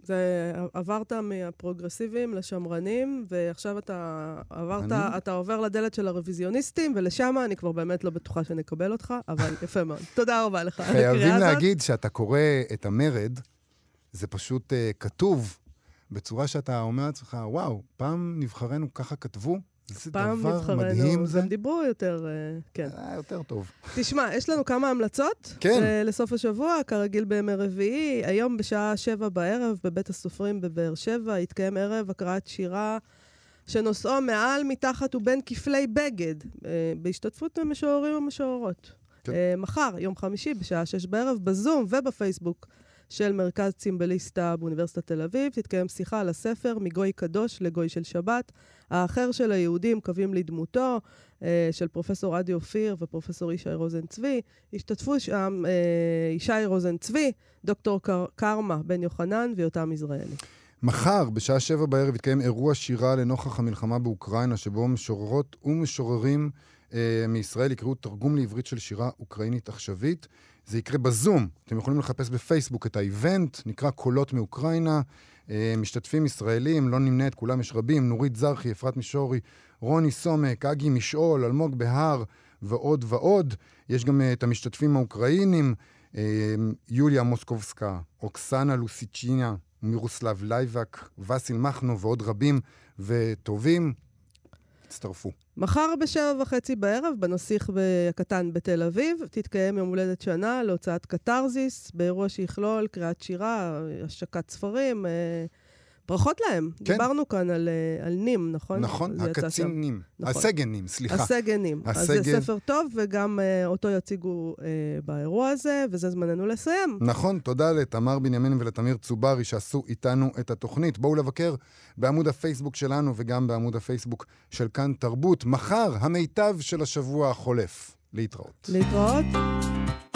[SPEAKER 3] זה עברת מהפרוגרסיביים לשמרנים, ועכשיו אתה עברת, אני... אתה עובר לדלת של הרוויזיוניסטים, ולשם אני כבר באמת לא בטוחה שנקבל אותך, אבל יפה מאוד. תודה רבה לך.
[SPEAKER 4] חייבים להגיד שאתה קורא את המרד, זה פשוט uh, כתוב בצורה שאתה אומר לעצמך, וואו, פעם נבחרנו ככה כתבו, זה דבר מדהים זה.
[SPEAKER 3] הם דיברו יותר, כן.
[SPEAKER 4] היה יותר טוב.
[SPEAKER 3] תשמע, יש לנו כמה המלצות.
[SPEAKER 4] כן.
[SPEAKER 3] לסוף השבוע, כרגיל בימי רביעי, היום בשעה שבע בערב, בבית הסופרים בבאר שבע, יתקיים ערב הקראת שירה שנושאו מעל, מתחת ובין כפלי בגד, בהשתתפות משוררים ומשוררות. כן. מחר, יום חמישי, בשעה שש בערב, בזום ובפייסבוק, של מרכז צימבליסטה באוניברסיטת תל אביב, תתקיים שיחה על הספר מגוי קדוש לגוי של שבת, האחר של היהודים קווים לדמותו, של פרופסור עדי אופיר ופרופסור ישי רוזן צבי. השתתפו שם ישי רוזן צבי, דוקטור קרמה בן יוחנן ויותם יזרעאלי.
[SPEAKER 4] מחר, בשעה שבע בערב, יתקיים אירוע שירה לנוכח המלחמה באוקראינה, שבו משוררות ומשוררים אה, מישראל יקראו תרגום לעברית של שירה אוקראינית עכשווית. זה יקרה בזום. אתם יכולים לחפש בפייסבוק את האיבנט, נקרא קולות מאוקראינה, אה, משתתפים ישראלים, לא נמנה את כולם, יש רבים, נורית זרחי, אפרת מישורי, רוני סומק, אגי משעול, אלמוג בהר ועוד ועוד. יש גם אה, את המשתתפים האוקראינים, אה, יוליה מוסקובסקה, אוקסנה לוסיצ'ינה, מירוסלב לייבק, וסיל מחנו ועוד רבים וטובים. תצטרפו.
[SPEAKER 3] מחר בשבע וחצי בערב, בנסיך הקטן בתל אביב, תתקיים יום הולדת שנה להוצאת קטרזיס, באירוע שיכלול קריאת שירה, השקת ספרים, ברכות להם. כן. דיברנו כאן על, על נים, נכון?
[SPEAKER 4] נכון, הקצין נים. נכון. הסגן נים, סליחה.
[SPEAKER 3] הסגן נים.
[SPEAKER 4] הסגן...
[SPEAKER 3] אז זה ספר טוב, וגם uh, אותו יציגו uh, באירוע הזה, וזה זמננו לסיים.
[SPEAKER 4] נכון, תודה לתמר בנימין ולתמיר צוברי שעשו איתנו את התוכנית. בואו לבקר בעמוד הפייסבוק שלנו, וגם בעמוד הפייסבוק של כאן תרבות. מחר, המיטב של השבוע החולף. להתראות.
[SPEAKER 3] להתראות.